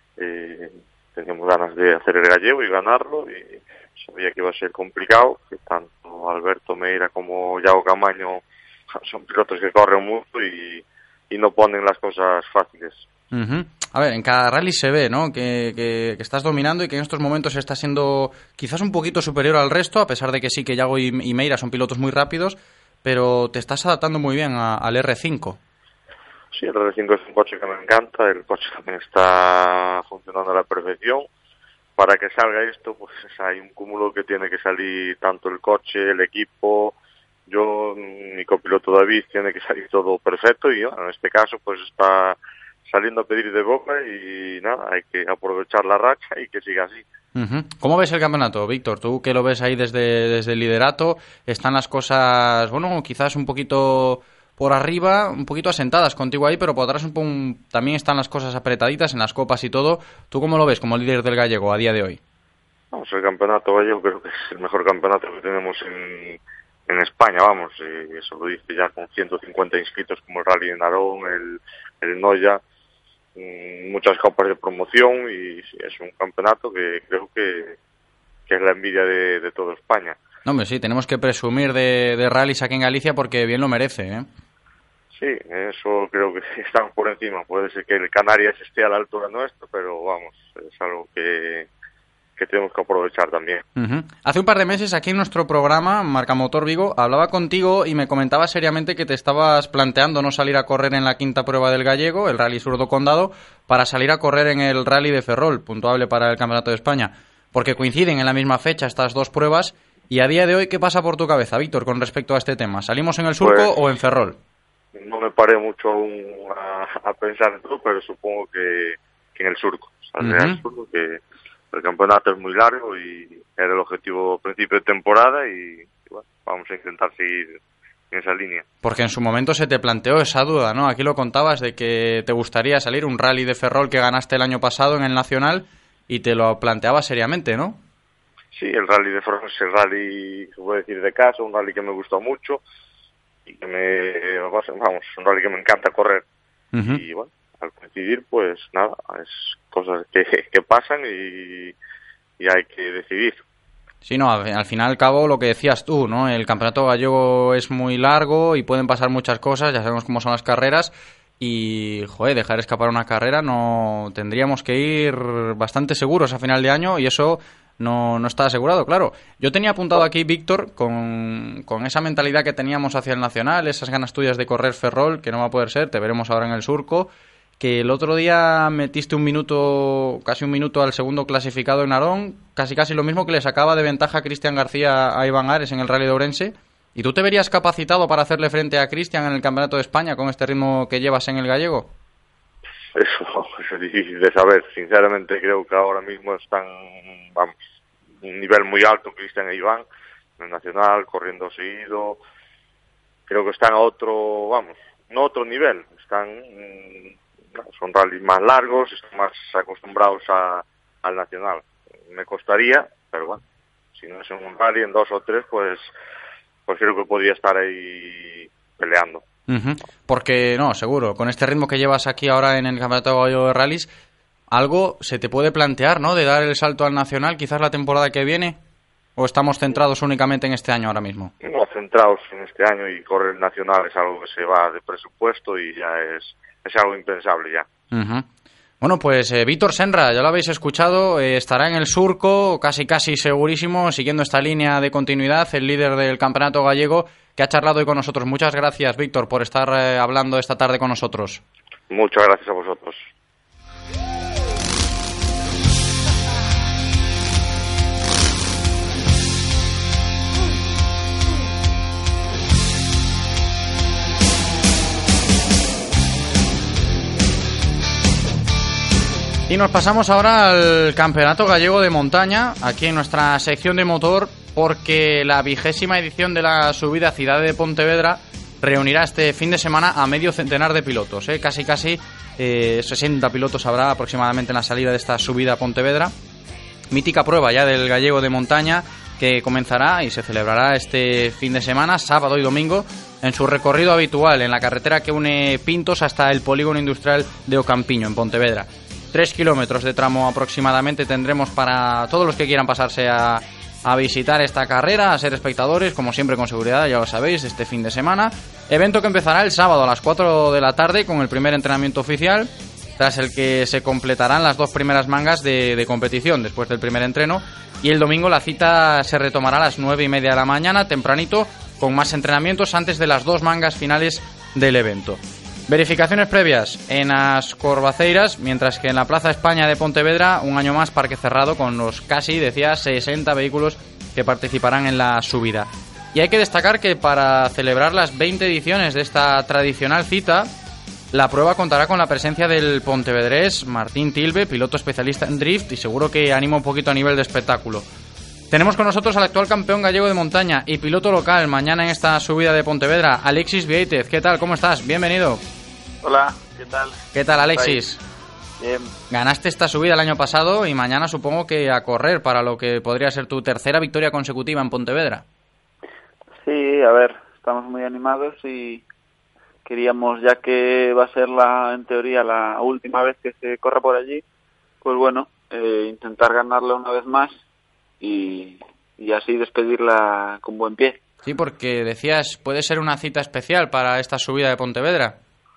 Eh, teníamos ganas de hacer el gallego y ganarlo, y sabía que iba a ser complicado, que tanto Alberto Meira como Iago Camaño son pilotos que corren mucho y, y no ponen las cosas fáciles. Uh-huh. A ver, en cada rally se ve, ¿no? Que, que, que estás dominando y que en estos momentos estás siendo quizás un poquito superior al resto, a pesar de que sí que Iago y, y Meira son pilotos muy rápidos, pero te estás adaptando muy bien a, al R cinco. Sí, el R cinco es un coche que me encanta, el coche también está funcionando a la perfección. Para que salga esto, pues hay un cúmulo que tiene que salir tanto el coche, el equipo, yo, mi copiloto David, tiene que salir todo perfecto y bueno, en este caso pues está saliendo a pedir de boca y nada, hay que aprovechar la racha y que siga así. Uh-huh. ¿Cómo ves el campeonato, Víctor? Tú que lo ves ahí desde, desde el liderato, están las cosas, bueno, quizás un poquito por arriba, un poquito asentadas contigo ahí, pero por atrás un poco, también están las cosas apretaditas en las copas y todo. ¿Tú cómo lo ves como líder del gallego a día de hoy? Vamos, el campeonato gallego creo que es el mejor campeonato que tenemos en, en España, vamos, y eso lo dice ya con ciento cincuenta inscritos como el Rally de Narón, el, el Noya, muchas copas de promoción, y es un campeonato que creo que, que es la envidia de, de toda España. No, hombre, sí, tenemos que presumir de, de rallies aquí en Galicia porque bien lo merece, ¿eh? Sí, eso creo que estamos por encima. Puede ser que el Canarias esté a la altura nuestra, pero vamos, es algo que, que tenemos que aprovechar también. Uh-huh. Hace un par de meses aquí en nuestro programa, Marca Motor Vigo, hablaba contigo y me comentaba seriamente que te estabas planteando no salir a correr en la quinta prueba del gallego, el Rally Surdo Condado, para salir a correr en el Rally de Ferrol, puntuable para el Campeonato de España, porque coinciden en la misma fecha estas dos pruebas. Y a día de hoy, ¿qué pasa por tu cabeza, Víctor, con respecto a este tema? ¿Salimos en el Surco pues, o en Ferrol? No me paré mucho aún a, a pensar en todo, pero supongo que, que en el Surco. Saldré uh-huh. al Surco, que el campeonato es muy largo y era el objetivo principio de temporada y, y bueno, vamos a intentar seguir en esa línea. Porque en su momento se te planteó esa duda, ¿no? Aquí lo contabas de que te gustaría salir un Rally de Ferrol que ganaste el año pasado en el Nacional y te lo planteabas seriamente, ¿no? sí, el Rally de France, el rally, se puede decir, de casa, un rally que me gustó mucho y que me, vamos, un rally que me encanta correr. Uh-huh. Y bueno, al coincidir, pues nada, es cosas que, que pasan y, y hay que decidir. Sí, no, al final al cabo lo que decías tú, ¿no? El campeonato gallego es muy largo y pueden pasar muchas cosas, ya sabemos cómo son las carreras y, joder, dejar escapar una carrera no tendríamos que ir bastante seguros a final de año y eso no, no está asegurado, claro. Yo tenía apuntado aquí, Víctor, con, con esa mentalidad que teníamos hacia el Nacional, esas ganas tuyas de correr Ferrol, que no va a poder ser, te veremos ahora en el Surco, que el otro día metiste un minuto, casi un minuto al segundo clasificado en Arón, casi casi lo mismo que le sacaba de ventaja a Cristian García a Iván Ares en el Rally de Ourense. ¿Y tú te verías capacitado para hacerle frente a Cristian en el Campeonato de España con este ritmo que llevas en el gallego? Eso es difícil de saber. Sinceramente creo que ahora mismo están, vamos, un nivel muy alto Cristian e Iván en el Nacional, corriendo seguido. Creo que están a otro, vamos, no otro nivel. Están... son rallies más largos, están más acostumbrados a, al Nacional. Me costaría, pero bueno, si no es en un rally, en dos o tres, pues, pues creo que podría estar ahí peleando. Uh-huh. Porque, no, seguro, con este ritmo que llevas aquí ahora en el Campeonato Gallego de Rallys, algo se te puede plantear, ¿no?, de dar el salto al Nacional, quizás la temporada que viene, ¿o estamos centrados únicamente en este año ahora mismo? No, centrados en este año y correr el Nacional es algo que se va de presupuesto y ya es... es algo impensable ya. Uh-huh. Bueno, pues eh, Víctor Senra, ya lo habéis escuchado, eh, estará en el Surco, casi casi segurísimo, siguiendo esta línea de continuidad, el líder del campeonato gallego, que ha charlado hoy con nosotros. Muchas gracias, Víctor, por estar eh, hablando esta tarde con nosotros. Muchas gracias a vosotros. Y nos pasamos ahora al Campeonato Gallego de Montaña, aquí en nuestra sección de motor, porque la vigésima edición de la subida Ciudad de Pontevedra reunirá este fin de semana a medio centenar de pilotos, ¿eh? casi casi eh, sesenta pilotos habrá aproximadamente en la salida de esta subida a Pontevedra. Mítica prueba ya del Gallego de Montaña que comenzará y se celebrará este fin de semana, sábado y domingo, en su recorrido habitual en la carretera que une Pintos hasta el polígono industrial de Ocampiño, en Pontevedra. Tres kilómetros de tramo aproximadamente tendremos para todos los que quieran pasarse a, a visitar esta carrera, a ser espectadores, como siempre con seguridad, ya lo sabéis, este fin de semana. Evento que empezará el sábado a las cuatro de la tarde con el primer entrenamiento oficial, tras el que se completarán las dos primeras mangas de, de competición después del primer entreno. Y el domingo la cita se retomará a las nueve y media de la mañana, tempranito, con más entrenamientos antes de las dos mangas finales del evento. Verificaciones previas en As Corvaceiras, mientras que en la Plaza España de Pontevedra, un año más parque cerrado con los casi, decía, sesenta vehículos que participarán en la subida. Y hay que destacar que para celebrar las veinte ediciones de esta tradicional cita, la prueba contará con la presencia del pontevedrés Martín Tilbe, piloto especialista en drift y seguro que anima un poquito a nivel de espectáculo. Tenemos con nosotros al actual campeón gallego de montaña y piloto local mañana en esta subida de Pontevedra, Alexis Vieitez. ¿Qué tal? ¿Cómo estás? Bienvenido. Hola, ¿qué tal? ¿Qué tal, Alexis? Bien. Ganaste esta subida el año pasado y mañana supongo que a correr para lo que podría ser tu tercera victoria consecutiva en Pontevedra. Sí, a ver, estamos muy animados y queríamos, ya que va a ser la, en teoría, la última vez que se corra por allí, pues bueno, eh, intentar ganarla una vez más y, y así despedirla con buen pie. Sí, porque decías, puede ser una cita especial para esta subida de Pontevedra.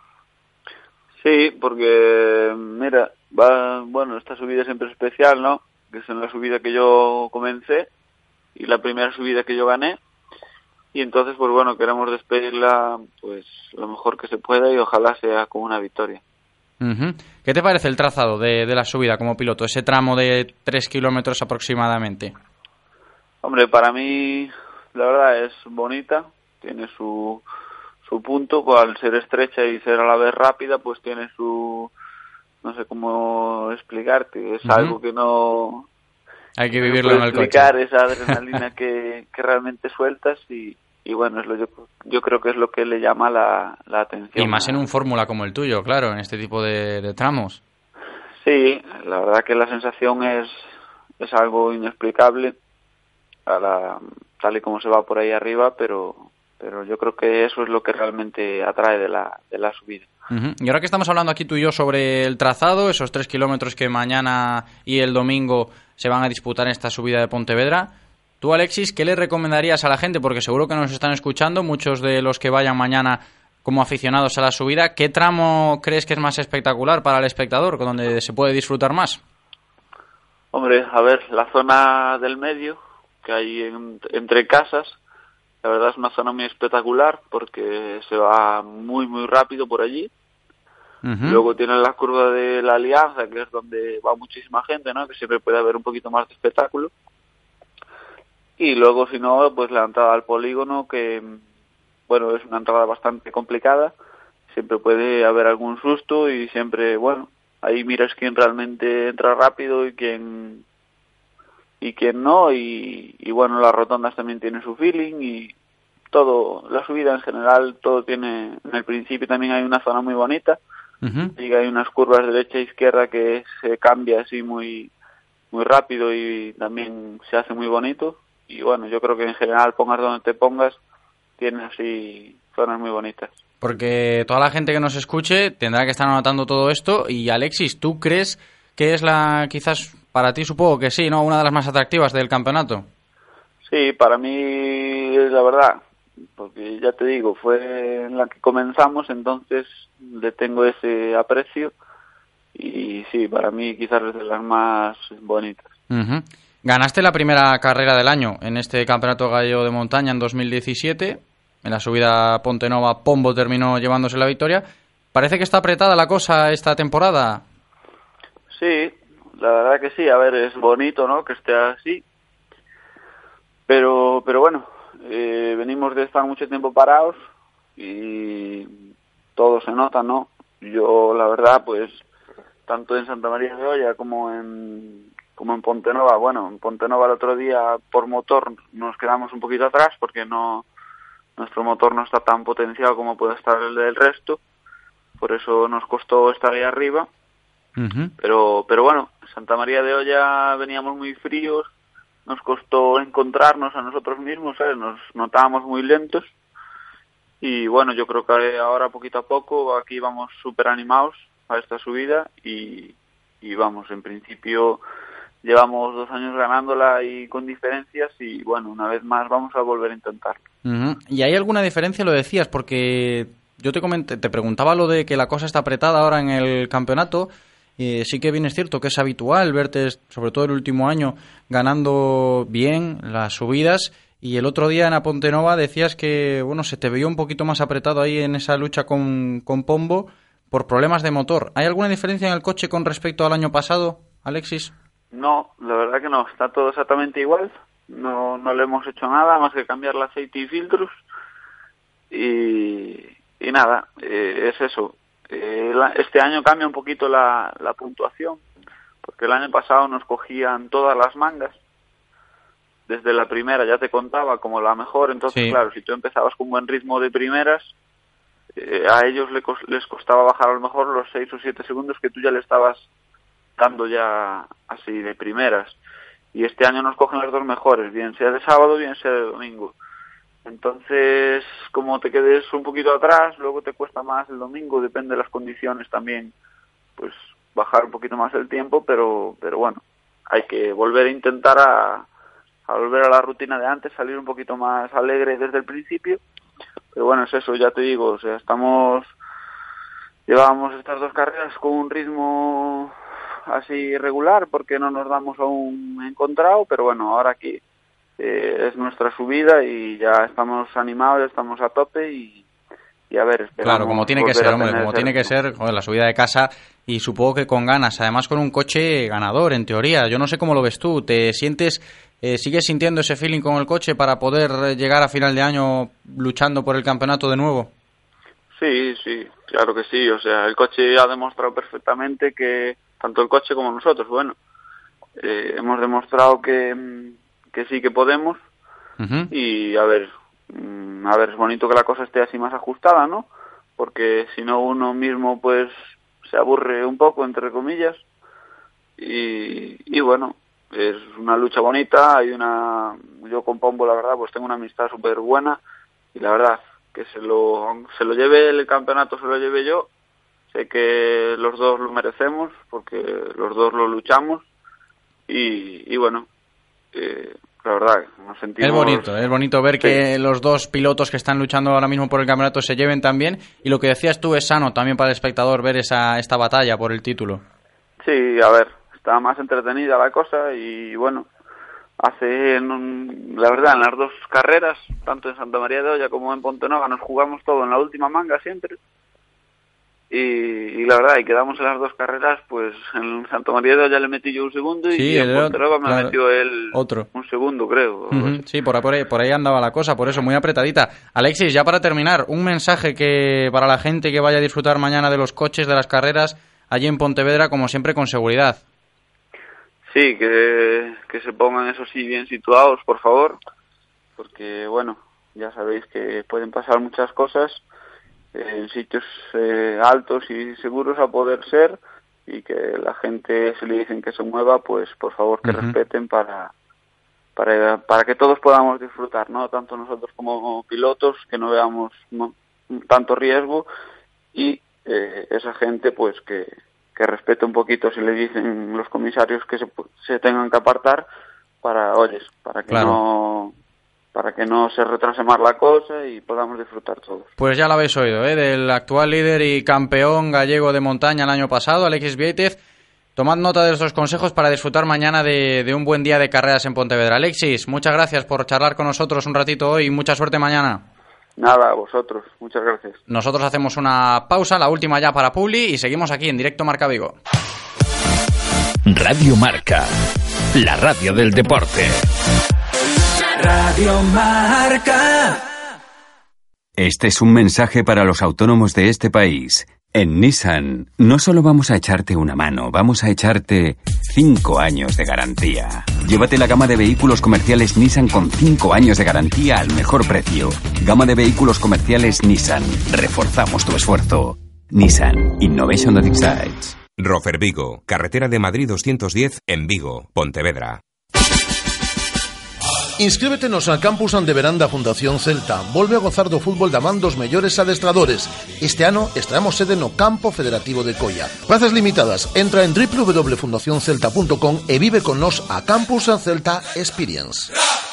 Sí, porque, mira, va, bueno, esta subida siempre es especial, ¿no? Que es en la subida que yo comencé y la primera subida que yo gané. Y entonces, pues bueno, queremos despedirla pues lo mejor que se pueda y ojalá sea con una victoria. Uh-huh. ¿Qué te parece el trazado de, de la subida como piloto? Ese tramo de tres kilómetros aproximadamente. Hombre, para mí la verdad es bonita, tiene su su punto, pues, al ser estrecha y ser a la vez rápida, pues tiene su, no sé cómo explicarte, es uh-huh. algo que no hay que vivirlo en el coche. Explicar esa adrenalina que, que realmente sueltas y, y bueno, es lo yo, yo creo que es lo que le llama la, la atención. Y más en un fórmula como el tuyo, claro, en este tipo de, de tramos. Sí, la verdad que la sensación es, es algo inexplicable a la, tal y como se va por ahí arriba, pero pero yo creo que eso es lo que realmente atrae de la, de la subida. Uh-huh. Y ahora que estamos hablando aquí tú y yo sobre el trazado, esos tres kilómetros que mañana y el domingo se van a disputar en esta subida de Pontevedra, tú, Alexis, ¿qué le recomendarías a la gente? Porque seguro que nos están escuchando muchos de los que vayan mañana como aficionados a la subida. ¿Qué tramo crees que es más espectacular para el espectador, donde se puede disfrutar más? Hombre, a ver, la zona del medio, que hay en, entre casas, la verdad es una zona muy espectacular porque se va muy, muy rápido por allí. Uh-huh. Luego tienen la curva de la Alianza, que es donde va muchísima gente, ¿no? Que siempre puede haber un poquito más de espectáculo. Y luego, si no, pues la entrada al polígono, que, bueno, es una entrada bastante complicada. Siempre puede haber algún susto y siempre, bueno, ahí miras quién realmente entra rápido y quién y quién no. Y, y bueno, las rotondas también tienen su feeling y todo, la subida en general, todo tiene, en el principio también hay una zona muy bonita. Uh-huh. Y hay unas curvas derecha e izquierda que se cambia así muy, muy rápido y también se hace muy bonito. Y bueno, yo creo que en general, pongas donde te pongas, tiene así zonas muy bonitas. Porque toda la gente que nos escuche tendrá que estar anotando todo esto. Y Alexis, ¿tú crees que es la, quizás para ti supongo que sí, ¿no?, una de las más atractivas del campeonato? Sí, para mí es la verdad, porque ya te digo, fue en la que comenzamos, entonces le tengo ese aprecio y sí, para mí quizás es de las más bonitas. Uh-huh. Ganaste la primera carrera del año en este Campeonato Gallego de Montaña en dos mil diecisiete. En la subida a Pontenova, Pombo terminó llevándose la victoria. ¿Parece que está apretada la cosa esta temporada? Sí, la verdad que sí. A ver, es bonito, ¿no?, que esté así. Pero, pero bueno, eh, venimos de estar mucho tiempo parados y todo se nota, ¿no? Yo, la verdad, pues, tanto en Santa María de Olla como en... como en Pontenova, bueno, en Pontenova el otro día por motor nos quedamos un poquito atrás porque no nuestro motor no está tan potenciado como puede estar el del resto, por eso nos costó estar ahí arriba. Uh-huh. Pero pero bueno, Santa María de Olla veníamos muy fríos, nos costó encontrarnos a nosotros mismos, ¿sabes? Nos notábamos muy lentos y bueno, yo creo que ahora poquito a poco aquí vamos súper animados a esta subida y, y vamos, en principio llevamos dos años ganándola y con diferencias y bueno, una vez más vamos a volver a intentarlo. Uh-huh. ¿Y hay alguna diferencia? Lo decías, porque yo te comenté, te preguntaba lo de que la cosa está apretada ahora en el campeonato. Eh, sí que bien es cierto que es habitual verte, sobre todo el último año, ganando bien las subidas. Y el otro día en Pontenova decías que bueno, se te veía un poquito más apretado ahí en esa lucha con, con Pombo por problemas de motor. ¿Hay alguna diferencia en el coche con respecto al año pasado, Alexis? No, la verdad que no, está todo exactamente igual, no no le hemos hecho nada más que cambiar el aceite y filtros y, y nada, eh, es eso. Eh, la, este año cambia un poquito la, la puntuación, porque el año pasado nos cogían todas las mangas, desde la primera ya te contaba como la mejor, entonces sí. Claro, si tú empezabas con buen ritmo de primeras, eh, a ellos les, les costaba bajar a lo mejor los seis o siete segundos que tú ya le estabas dando ya así de primeras, y este año nos cogen las dos mejores, bien sea de sábado, bien sea de domingo. Entonces, como te quedes un poquito atrás, luego te cuesta más el domingo, depende de las condiciones también, pues bajar un poquito más el tiempo, pero pero bueno, hay que volver a intentar a, a volver a la rutina de antes, salir un poquito más alegre desde el principio, pero bueno, es eso, ya te digo, o sea, estamos, llevábamos estas dos carreras con un ritmo así regular porque no nos damos aún encontrado, pero bueno, ahora aquí eh, es nuestra subida y ya estamos animados, estamos a tope y, y a ver, claro, como tiene que ser, hombre, como tiene que ser, joder, la subida de casa y supongo que con ganas, además con un coche ganador en teoría. Yo no sé cómo lo ves tú, ¿te sientes, eh, sigues sintiendo ese feeling con el coche para poder llegar a final de año luchando por el campeonato de nuevo? Sí, sí, claro que sí, o sea, el coche ha demostrado perfectamente que tanto el coche como nosotros, bueno, eh, hemos demostrado que, que sí que podemos. Uh-huh. Y a ver, a ver, es bonito que la cosa esté así más ajustada, ¿no? Porque si no uno mismo pues se aburre un poco, entre comillas, y, y bueno, es una lucha bonita, hay una... Yo con Pombo, la verdad, pues tengo una amistad súper buena y la verdad que se lo, se lo lleve el campeonato, se lo lleve yo, sé que los dos lo merecemos porque los dos lo luchamos y, y bueno, eh, la verdad, nos sentimos... Es bonito, es bonito ver sí. que los dos pilotos que están luchando ahora mismo por el campeonato se lleven también, y lo que decías tú es sano también para el espectador ver esa esta batalla por el título. Sí, a ver, está más entretenida la cosa y bueno, hace, la verdad, en las dos carreras, tanto en Santa María de Olla como en Pontenoga, nos jugamos todo en la última manga siempre. Y, y la verdad, y quedamos en las dos carreras, pues en Santa María de Olla le metí yo un segundo y sí, en Pontenoga me claro, metió él otro. un segundo, creo. Uh-huh, sí, por, por, ahí, por ahí andaba la cosa, por eso, muy apretadita. Alexis, ya para terminar, un mensaje que para la gente que vaya a disfrutar mañana de los coches, de las carreras, allí en Pontevedra, como siempre, con seguridad. Sí, que, que se pongan eso sí bien situados, por favor, porque bueno, ya sabéis que pueden pasar muchas cosas en sitios eh, altos y seguros a poder ser, y que la gente, si le dicen que se mueva, pues por favor que uh-huh. respeten para, para para que todos podamos disfrutar, ¿no? Tanto nosotros como pilotos, que no veamos no, tanto riesgo, y eh, esa gente pues que, que respete un poquito si le dicen los comisarios que se, se tengan que apartar para, oyes, para que claro. no... para que no se retrase más la cosa y podamos disfrutar todos. Pues ya lo habéis oído, ¿eh? Del actual líder y campeón gallego de montaña el año pasado, Alexis Viéitez. Tomad nota de estos consejos para disfrutar mañana de, de un buen día de carreras en Pontevedra. Alexis, muchas gracias por charlar con nosotros un ratito hoy y mucha suerte mañana. Nada, a vosotros. Muchas gracias. Nosotros hacemos una pausa, la última ya para Publi, y seguimos aquí en Directo Marca Vigo. Radio Marca, la radio del deporte. Radio Marca. Este es un mensaje para los autónomos de este país. En Nissan, no solo vamos a echarte una mano, vamos a echarte cinco años de garantía. Llévate la gama de vehículos comerciales Nissan con cinco años de garantía al mejor precio. Gama de vehículos comerciales Nissan. Reforzamos tu esfuerzo. Nissan Innovation that excites. Rofer Vigo, carretera de Madrid doscientos diez en Vigo, Pontevedra. Inscríbetenos al Campus de Veranda Fundación Celta. Volve a gozar do fútbol da man dos mellores adestradores. Este ano estaremos sede no Campo Federativo de Coia. Plazas limitadas. Entra en doble u doble u doble u punto fundación celta punto com e vive con nos a Campus Celta Experience.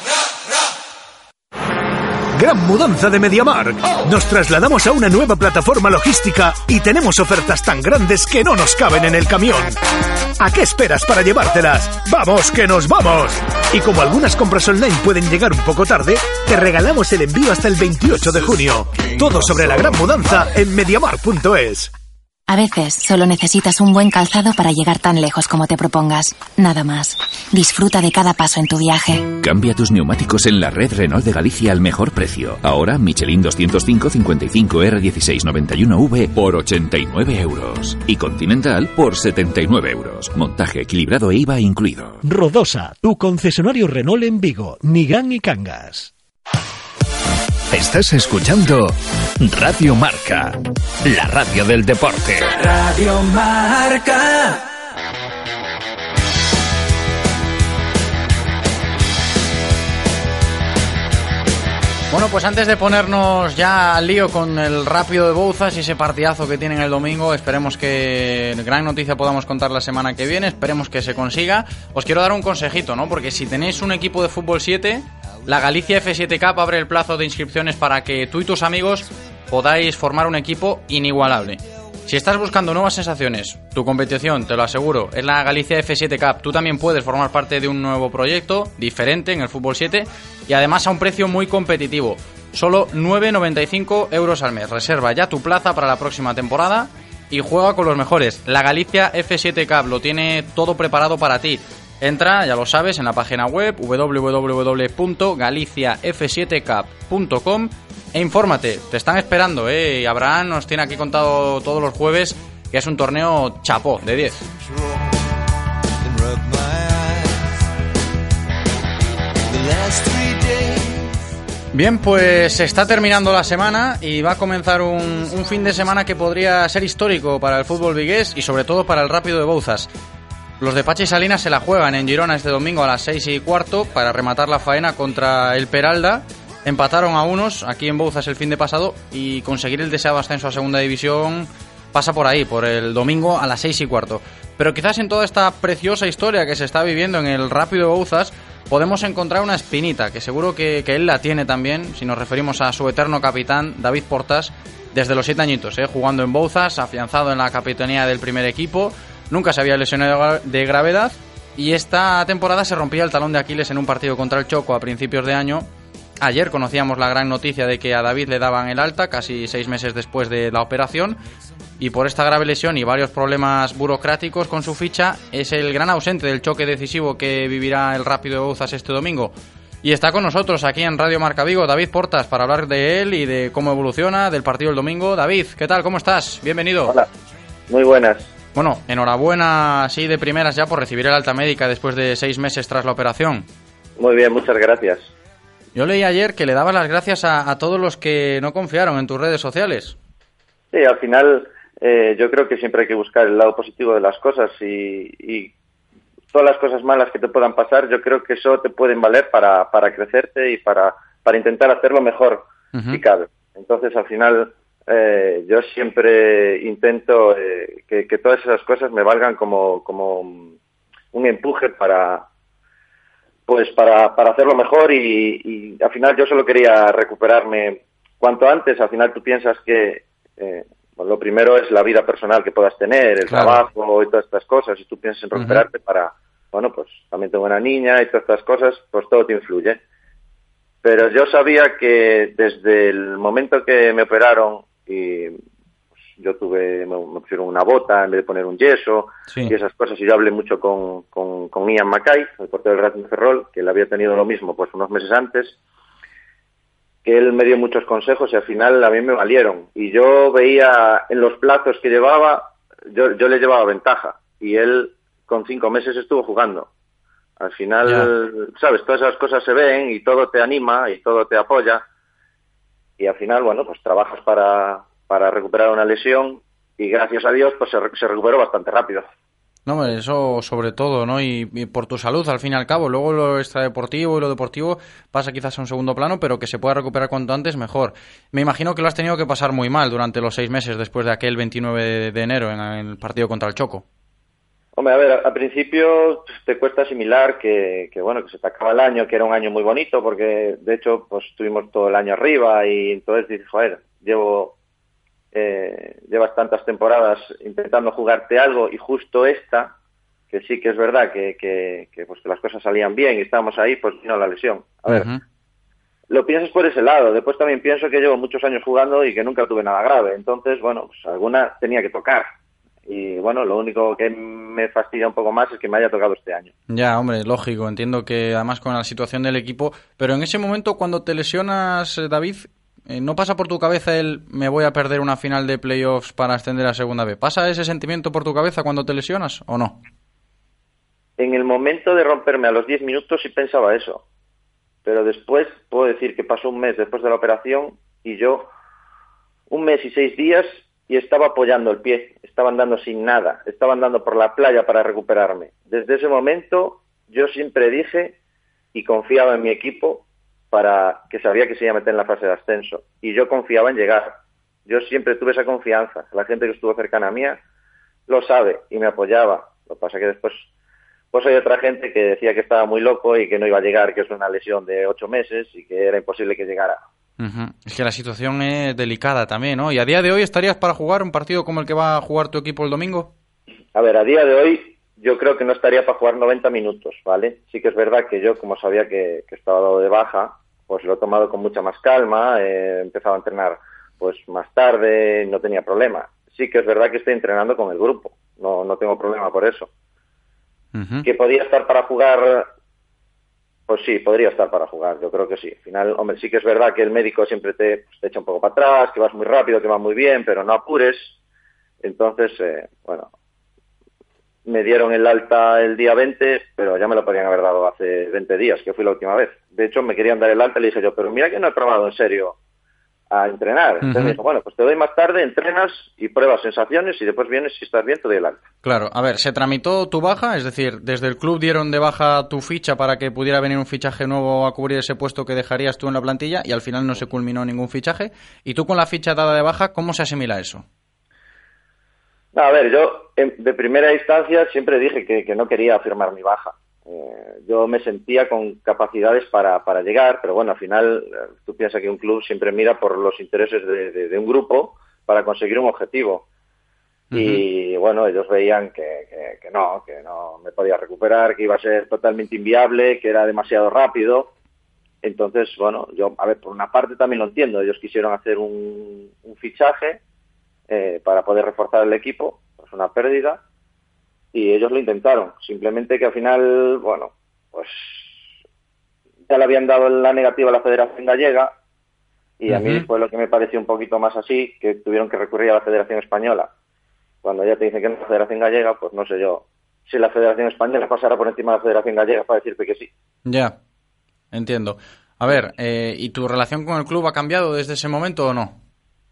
Gran mudanza de MediaMarkt. Nos trasladamos a una nueva plataforma logística y tenemos ofertas tan grandes que no nos caben en el camión. ¿A qué esperas para llevártelas? ¡Vamos, que nos vamos! Y como algunas compras online pueden llegar un poco tarde, te regalamos el envío hasta el veintiocho de junio. Todo sobre la gran mudanza en MediaMarkt punto es. A veces solo necesitas un buen calzado para llegar tan lejos como te propongas. Nada más. Disfruta de cada paso en tu viaje. Cambia tus neumáticos en la red Renault de Galicia al mejor precio. Ahora Michelin doscientos cinco cincuenta y cinco R dieciséis noventa y uno V por ochenta y nueve euros. Y Continental por setenta y nueve euros. Montaje equilibrado e I V A incluido. Rodosa, tu concesionario Renault en Vigo, Nigán y Cangas. Estás escuchando Radio Marca, la radio del deporte. Radio Marca. Bueno, pues antes de ponernos ya al lío con el Rápido de Bouzas y ese partidazo que tienen el domingo, esperemos que gran noticia podamos contar la semana que viene, esperemos que se consiga. Os quiero dar un consejito, ¿no? Porque si tenéis un equipo de fútbol siete, la Galicia F siete Cup abre el plazo de inscripciones para que tú y tus amigos podáis formar un equipo inigualable. Si estás buscando nuevas sensaciones, tu competición, te lo aseguro, es la Galicia F siete Cup. Tú también puedes formar parte de un nuevo proyecto diferente en el fútbol siete y además a un precio muy competitivo. Solo nueve noventa y cinco euros al mes. Reserva ya tu plaza para la próxima temporada y juega con los mejores. La Galicia F siete Cup lo tiene todo preparado para ti. Entra, ya lo sabes, en la página web doble u doble u doble u punto galicia f siete cup punto com e infórmate. Te están esperando, ¿eh? Y Abraham nos tiene aquí contado todos los jueves que es un torneo chapó de diez. Bien, pues se está terminando la semana y va a comenzar un, un fin de semana que podría ser histórico para el fútbol vigués y sobre todo para el Rápido de Bouzas. Los de Pachi Salinas se la juegan en Girona este domingo a las seis y cuarto para rematar la faena contra el Peralda. Empataron a unos aquí en Bouzas el fin de pasado y conseguir el deseado ascenso a segunda división pasa por ahí, por el domingo a las seis y cuarto. Pero quizás en toda esta preciosa historia que se está viviendo en el Rápido Bouzas podemos encontrar una espinita, que seguro que, que él la tiene también, si nos referimos a su eterno capitán, David Portas, desde los siete añitos, ¿eh? Jugando en Bouzas, afianzado en la capitanía del primer equipo, nunca se había lesionado de gravedad y esta temporada se rompía el talón de Aquiles en un partido contra el Choco a principios de año. Ayer conocíamos la gran noticia de que a David le daban el alta casi seis meses después de la operación y por esta grave lesión y varios problemas burocráticos con su ficha es el gran ausente del choque decisivo que vivirá el Rápido de Bouzas este domingo. Y está con nosotros aquí en Radio Marca Vigo David Portas para hablar de él y de cómo evoluciona del partido del domingo. David, ¿qué tal? ¿Cómo estás? Bienvenido. Hola, muy buenas. Bueno, enhorabuena así de primeras ya por recibir el alta médica después de seis meses tras la operación. Muy bien, muchas gracias. Yo leí ayer que le dabas las gracias a, a todos los que no confiaron en tus redes sociales. Sí, al final eh, yo creo que siempre hay que buscar el lado positivo de las cosas y, y todas las cosas malas que te puedan pasar, yo creo que eso te pueden valer para, para crecerte y para, para intentar hacerlo mejor, uh-huh. si cabe. Entonces, al final, eh, yo siempre intento eh, que, que todas esas cosas me valgan como, como un empuje para... pues para, para hacerlo mejor y, y al final yo solo quería recuperarme cuanto antes. Al final tú piensas que eh, bueno, lo primero es la vida personal que puedas tener, el claro. trabajo y todas estas cosas, y tú piensas en recuperarte uh-huh. para, bueno, pues también tengo una niña y todas estas cosas, pues todo te influye. Pero yo sabía que desde el momento que me operaron y pues, yo tuve, me, me pusieron una bota en vez de poner un yeso sí. y esas cosas, y yo hablé mucho con, con, con Ian Mackay, el portero del Racing de Ferrol, que le había tenido lo mismo pues unos meses antes, que él me dio muchos consejos y al final a mí me valieron. Y yo veía en los plazos que llevaba, yo, yo le llevaba ventaja y él con cinco meses estuvo jugando. Al final, yeah. sabes, todas esas cosas se ven y todo te anima y todo te apoya y al final, bueno, pues trabajas para, para recuperar una lesión y gracias a Dios pues se, se recuperó bastante rápido. No, eso sobre todo, ¿no? Y, y por tu salud, al fin y al cabo. Luego lo extradeportivo y lo deportivo pasa quizás a un segundo plano, pero que se pueda recuperar cuanto antes, mejor. Me imagino que lo has tenido que pasar muy mal durante los seis meses después de aquel veintinueve de enero en el partido contra el Choco. Hombre, a ver, al principio te cuesta asimilar que, que, bueno, que se te acaba el año, que era un año muy bonito, porque de hecho, pues estuvimos todo el año arriba y entonces dices, joder, llevo... Eh, llevas tantas temporadas intentando jugarte algo y justo esta, que sí que es verdad que, que, que, pues que las cosas salían bien y estábamos ahí, pues vino la lesión. A ver, uh-huh. lo piensas por ese lado. Después también pienso que llevo muchos años jugando y que nunca tuve nada grave. Entonces, bueno, pues alguna tenía que tocar. Y bueno, lo único que me fastidia un poco más es que me haya tocado este año. Ya, hombre, lógico. Entiendo que además con la situación del equipo, pero en ese momento cuando te lesionas, David... ¿No pasa por tu cabeza el me voy a perder una final de playoffs para ascender a segunda B? ¿Pasa ese sentimiento por tu cabeza cuando te lesionas o no? En el momento de romperme a los diez minutos sí pensaba eso. Pero después puedo decir que pasó un mes después de la operación y yo un mes y seis días y estaba apoyando el pie. Estaba andando sin nada. Estaba andando por la playa para recuperarme. Desde ese momento yo siempre dije y confiaba en mi equipo para que sabía que se iba a meter en la fase de ascenso. Y yo confiaba en llegar. Yo siempre tuve esa confianza. La gente que estuvo cercana a mí lo sabe y me apoyaba. Lo que pasa que después pues hay otra gente que decía que estaba muy loco y que no iba a llegar, que es una lesión de ocho meses y que era imposible que llegara. Uh-huh. Es que la situación es delicada también, ¿no? ¿Y a día de hoy estarías para jugar un partido como el que va a jugar tu equipo el domingo? A ver, a día de hoy yo creo que no estaría para jugar noventa minutos, ¿vale? Sí que es verdad que yo, como sabía que, que estaba dado de baja, pues lo he tomado con mucha más calma, he empezado a entrenar pues más tarde, no tenía problema. Sí que es verdad que estoy entrenando con el grupo, no, no tengo problema por eso. Uh-huh. ¿Que podía estar para jugar? Pues sí, podría estar para jugar, yo creo que sí. Al final, hombre, sí que es verdad que el médico siempre te, pues, te echa un poco para atrás, que vas muy rápido, que vas muy bien, pero no apures. Entonces, eh, bueno, me dieron el alta el día veinte, pero ya me lo podrían haber dado hace veinte días, que fui la última vez. De hecho, me querían dar el alta y le dije yo, pero mira que no he probado en serio a entrenar. Entonces Uh-huh. me dijo, bueno, pues te doy más tarde, entrenas y pruebas sensaciones y después vienes, si estás bien, te doy el alta. Claro, a ver, ¿se tramitó tu baja? Es decir, ¿desde el club dieron de baja tu ficha para que pudiera venir un fichaje nuevo a cubrir ese puesto que dejarías tú en la plantilla y al final no se culminó ningún fichaje? ¿Y tú con la ficha dada de baja, cómo se asimila eso? A ver, yo de primera instancia siempre dije que, que no quería firmar mi baja. Eh, yo me sentía con capacidades para, para llegar, pero bueno, al final eh, tú piensas que un club siempre mira por los intereses de, de, de un grupo para conseguir un objetivo. Uh-huh. Y bueno, ellos veían que, que, que no, que no me podía recuperar, que iba a ser totalmente inviable, que era demasiado rápido. Entonces, bueno, yo, a ver, por una parte también lo entiendo. Ellos quisieron hacer un, un fichaje eh, para poder reforzar el equipo, pues una pérdida. Y ellos lo intentaron, simplemente que al final, bueno, pues ya le habían dado la negativa a la Federación Gallega y uh-huh. a mí fue lo que me pareció un poquito más así, que tuvieron que recurrir a la Federación Española. Cuando ya te dicen que no es la Federación Gallega, pues no sé yo si la Federación Española pasara por encima de la Federación Gallega para decirte que sí. Ya, entiendo. A ver, eh, ¿y tu relación con el club ha cambiado desde ese momento o no?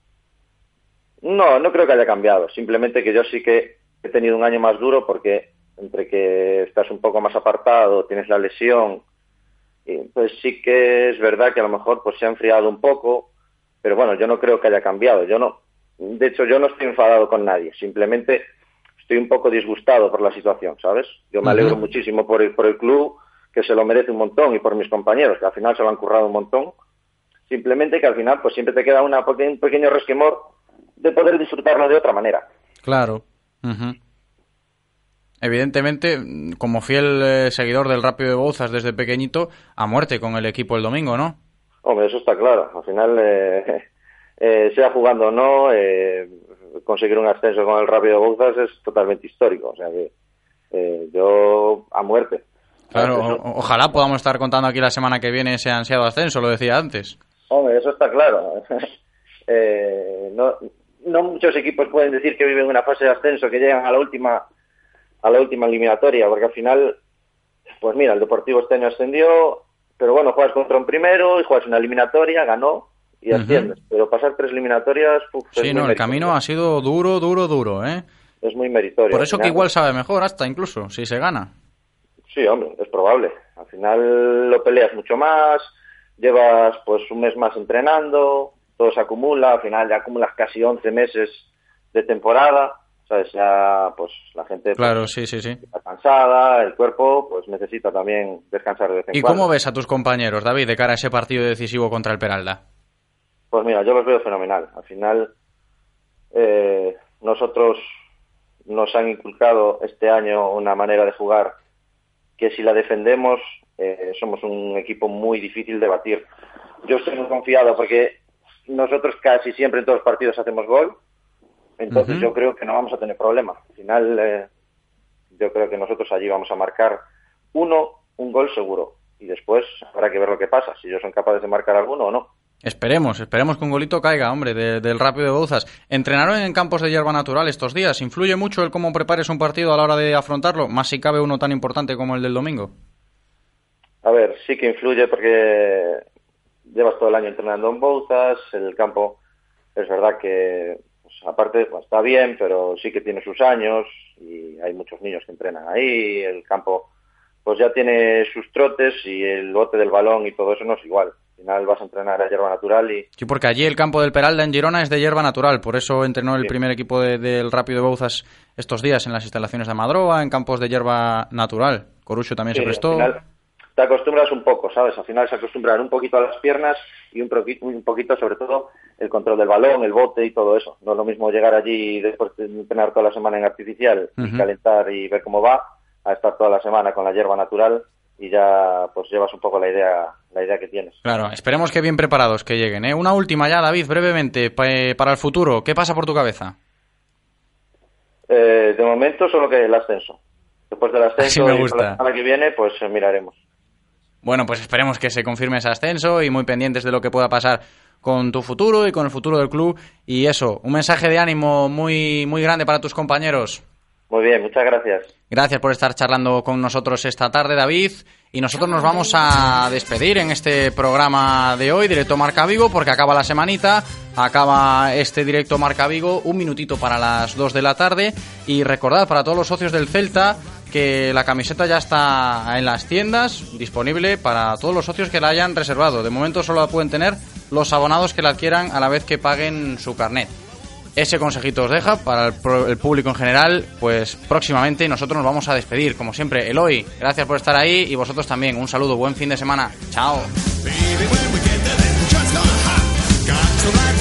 No, no creo que haya cambiado, simplemente que yo sí que he tenido un año más duro porque entre que estás un poco más apartado, tienes la lesión, y pues sí que es verdad que a lo mejor pues se ha enfriado un poco, pero bueno, yo no creo que haya cambiado. Yo no, de hecho yo no estoy enfadado con nadie, simplemente estoy un poco disgustado por la situación, ¿sabes? Yo me alegro uh-huh. muchísimo por el, por el club, que se lo merece un montón, y por mis compañeros, que al final se lo han currado un montón, simplemente que al final pues siempre te queda una, un pequeño resquemor de poder disfrutarlo de otra manera. Claro. Uh-huh. Evidentemente, como fiel eh, seguidor del Rápido de Bouzas desde pequeñito, a muerte con el equipo el domingo, ¿no? Hombre, eso está claro. Al final, eh, eh, sea jugando o no, eh, conseguir un ascenso con el Rápido de Bouzas es totalmente histórico. O sea que eh, yo a muerte. Claro, o- ojalá podamos estar contando aquí la semana que viene ese ansiado ascenso, lo decía antes. Hombre, eso está claro. eh, no... No muchos equipos pueden decir que viven una fase de ascenso, que llegan a la última a la última eliminatoria, porque al final, pues mira, el Deportivo este año ascendió, pero bueno, juegas contra un primero y juegas una eliminatoria, ganó y asciendes. Uh-huh. Pero pasar tres eliminatorias... Uf, sí, no, el camino ha sido duro, duro, duro, ¿eh? Es muy meritorio. Por eso que igual sabe mejor hasta incluso, si se gana. Sí, hombre, es probable. Al final lo peleas mucho más, llevas pues un mes más entrenando... todo se acumula, al final ya acumulas casi once meses de temporada, ¿sabes? Ya, pues, la gente... Claro, pues, sí, sí, sí. Está cansada, el cuerpo, pues, necesita también descansar de vez en ¿Y cuando. cómo ves a tus compañeros, David, de cara a ese partido decisivo contra el Peralda? Pues mira, yo los veo fenomenal. Al final, eh, nosotros nos han inculcado este año una manera de jugar que si la defendemos, eh, somos un equipo muy difícil de batir. Yo estoy muy confiado porque nosotros casi siempre en todos los partidos hacemos gol, entonces uh-huh. yo creo que no vamos a tener problema. Al final, eh, yo creo que nosotros allí vamos a marcar uno, un gol seguro, y después habrá que ver lo que pasa, si ellos son capaces de marcar alguno o no. Esperemos, esperemos que un golito caiga, hombre, de, del Rápido de Bouzas. ¿Entrenaron en campos de hierba natural estos días? ¿Influye mucho el cómo prepares un partido a la hora de afrontarlo? Más si cabe uno tan importante como el del domingo. A ver, sí que influye porque llevas todo el año entrenando en Bouzas, el campo es verdad que, pues, aparte, pues, está bien, pero sí que tiene sus años y hay muchos niños que entrenan ahí, el campo pues ya tiene sus trotes y el bote del balón y todo eso no es igual. Al final vas a entrenar a hierba natural y... Sí, porque allí el campo del Peralda en Girona es de hierba natural, por eso entrenó el sí. primer equipo de, del Rápido de Bouzas estos días en las instalaciones de Amadroa, en campos de hierba natural. Corucho también sí, se prestó. Al final te acostumbras un poco, ¿sabes? Al final se acostumbran un poquito a las piernas y un, pro- un poquito, sobre todo, el control del balón, el bote y todo eso. No es lo mismo llegar allí después de entrenar toda la semana en artificial uh-huh. y calentar y ver cómo va, a estar toda la semana con la hierba natural y ya pues llevas un poco la idea la idea que tienes. Claro, esperemos que bien preparados que lleguen, ¿eh? Una última ya, David, brevemente, pa- para el futuro. ¿Qué pasa por tu cabeza? Eh, de momento solo que el ascenso. Después del ascenso me y gusta. la semana que viene, pues miraremos. Bueno, pues esperemos que se confirme ese ascenso y muy pendientes de lo que pueda pasar con tu futuro y con el futuro del club. Y eso, un mensaje de ánimo muy, muy grande para tus compañeros. Muy bien, muchas gracias. Gracias por estar charlando con nosotros esta tarde, David. Y nosotros nos vamos a despedir en este programa de hoy, Directo Marca Vigo, porque acaba la semanita, acaba este Directo Marca Vigo, un minutito para las dos de la tarde. Y recordad, para todos los socios del Celta, que la camiseta ya está en las tiendas, disponible para todos los socios que la hayan reservado. De momento solo la pueden tener los abonados que la adquieran a la vez que paguen su carnet. Ese consejito os deja para el, pro, el público en general, pues próximamente nosotros nos vamos a despedir. Como siempre, Eloy, gracias por estar ahí y vosotros también. Un saludo, buen fin de semana. Chao.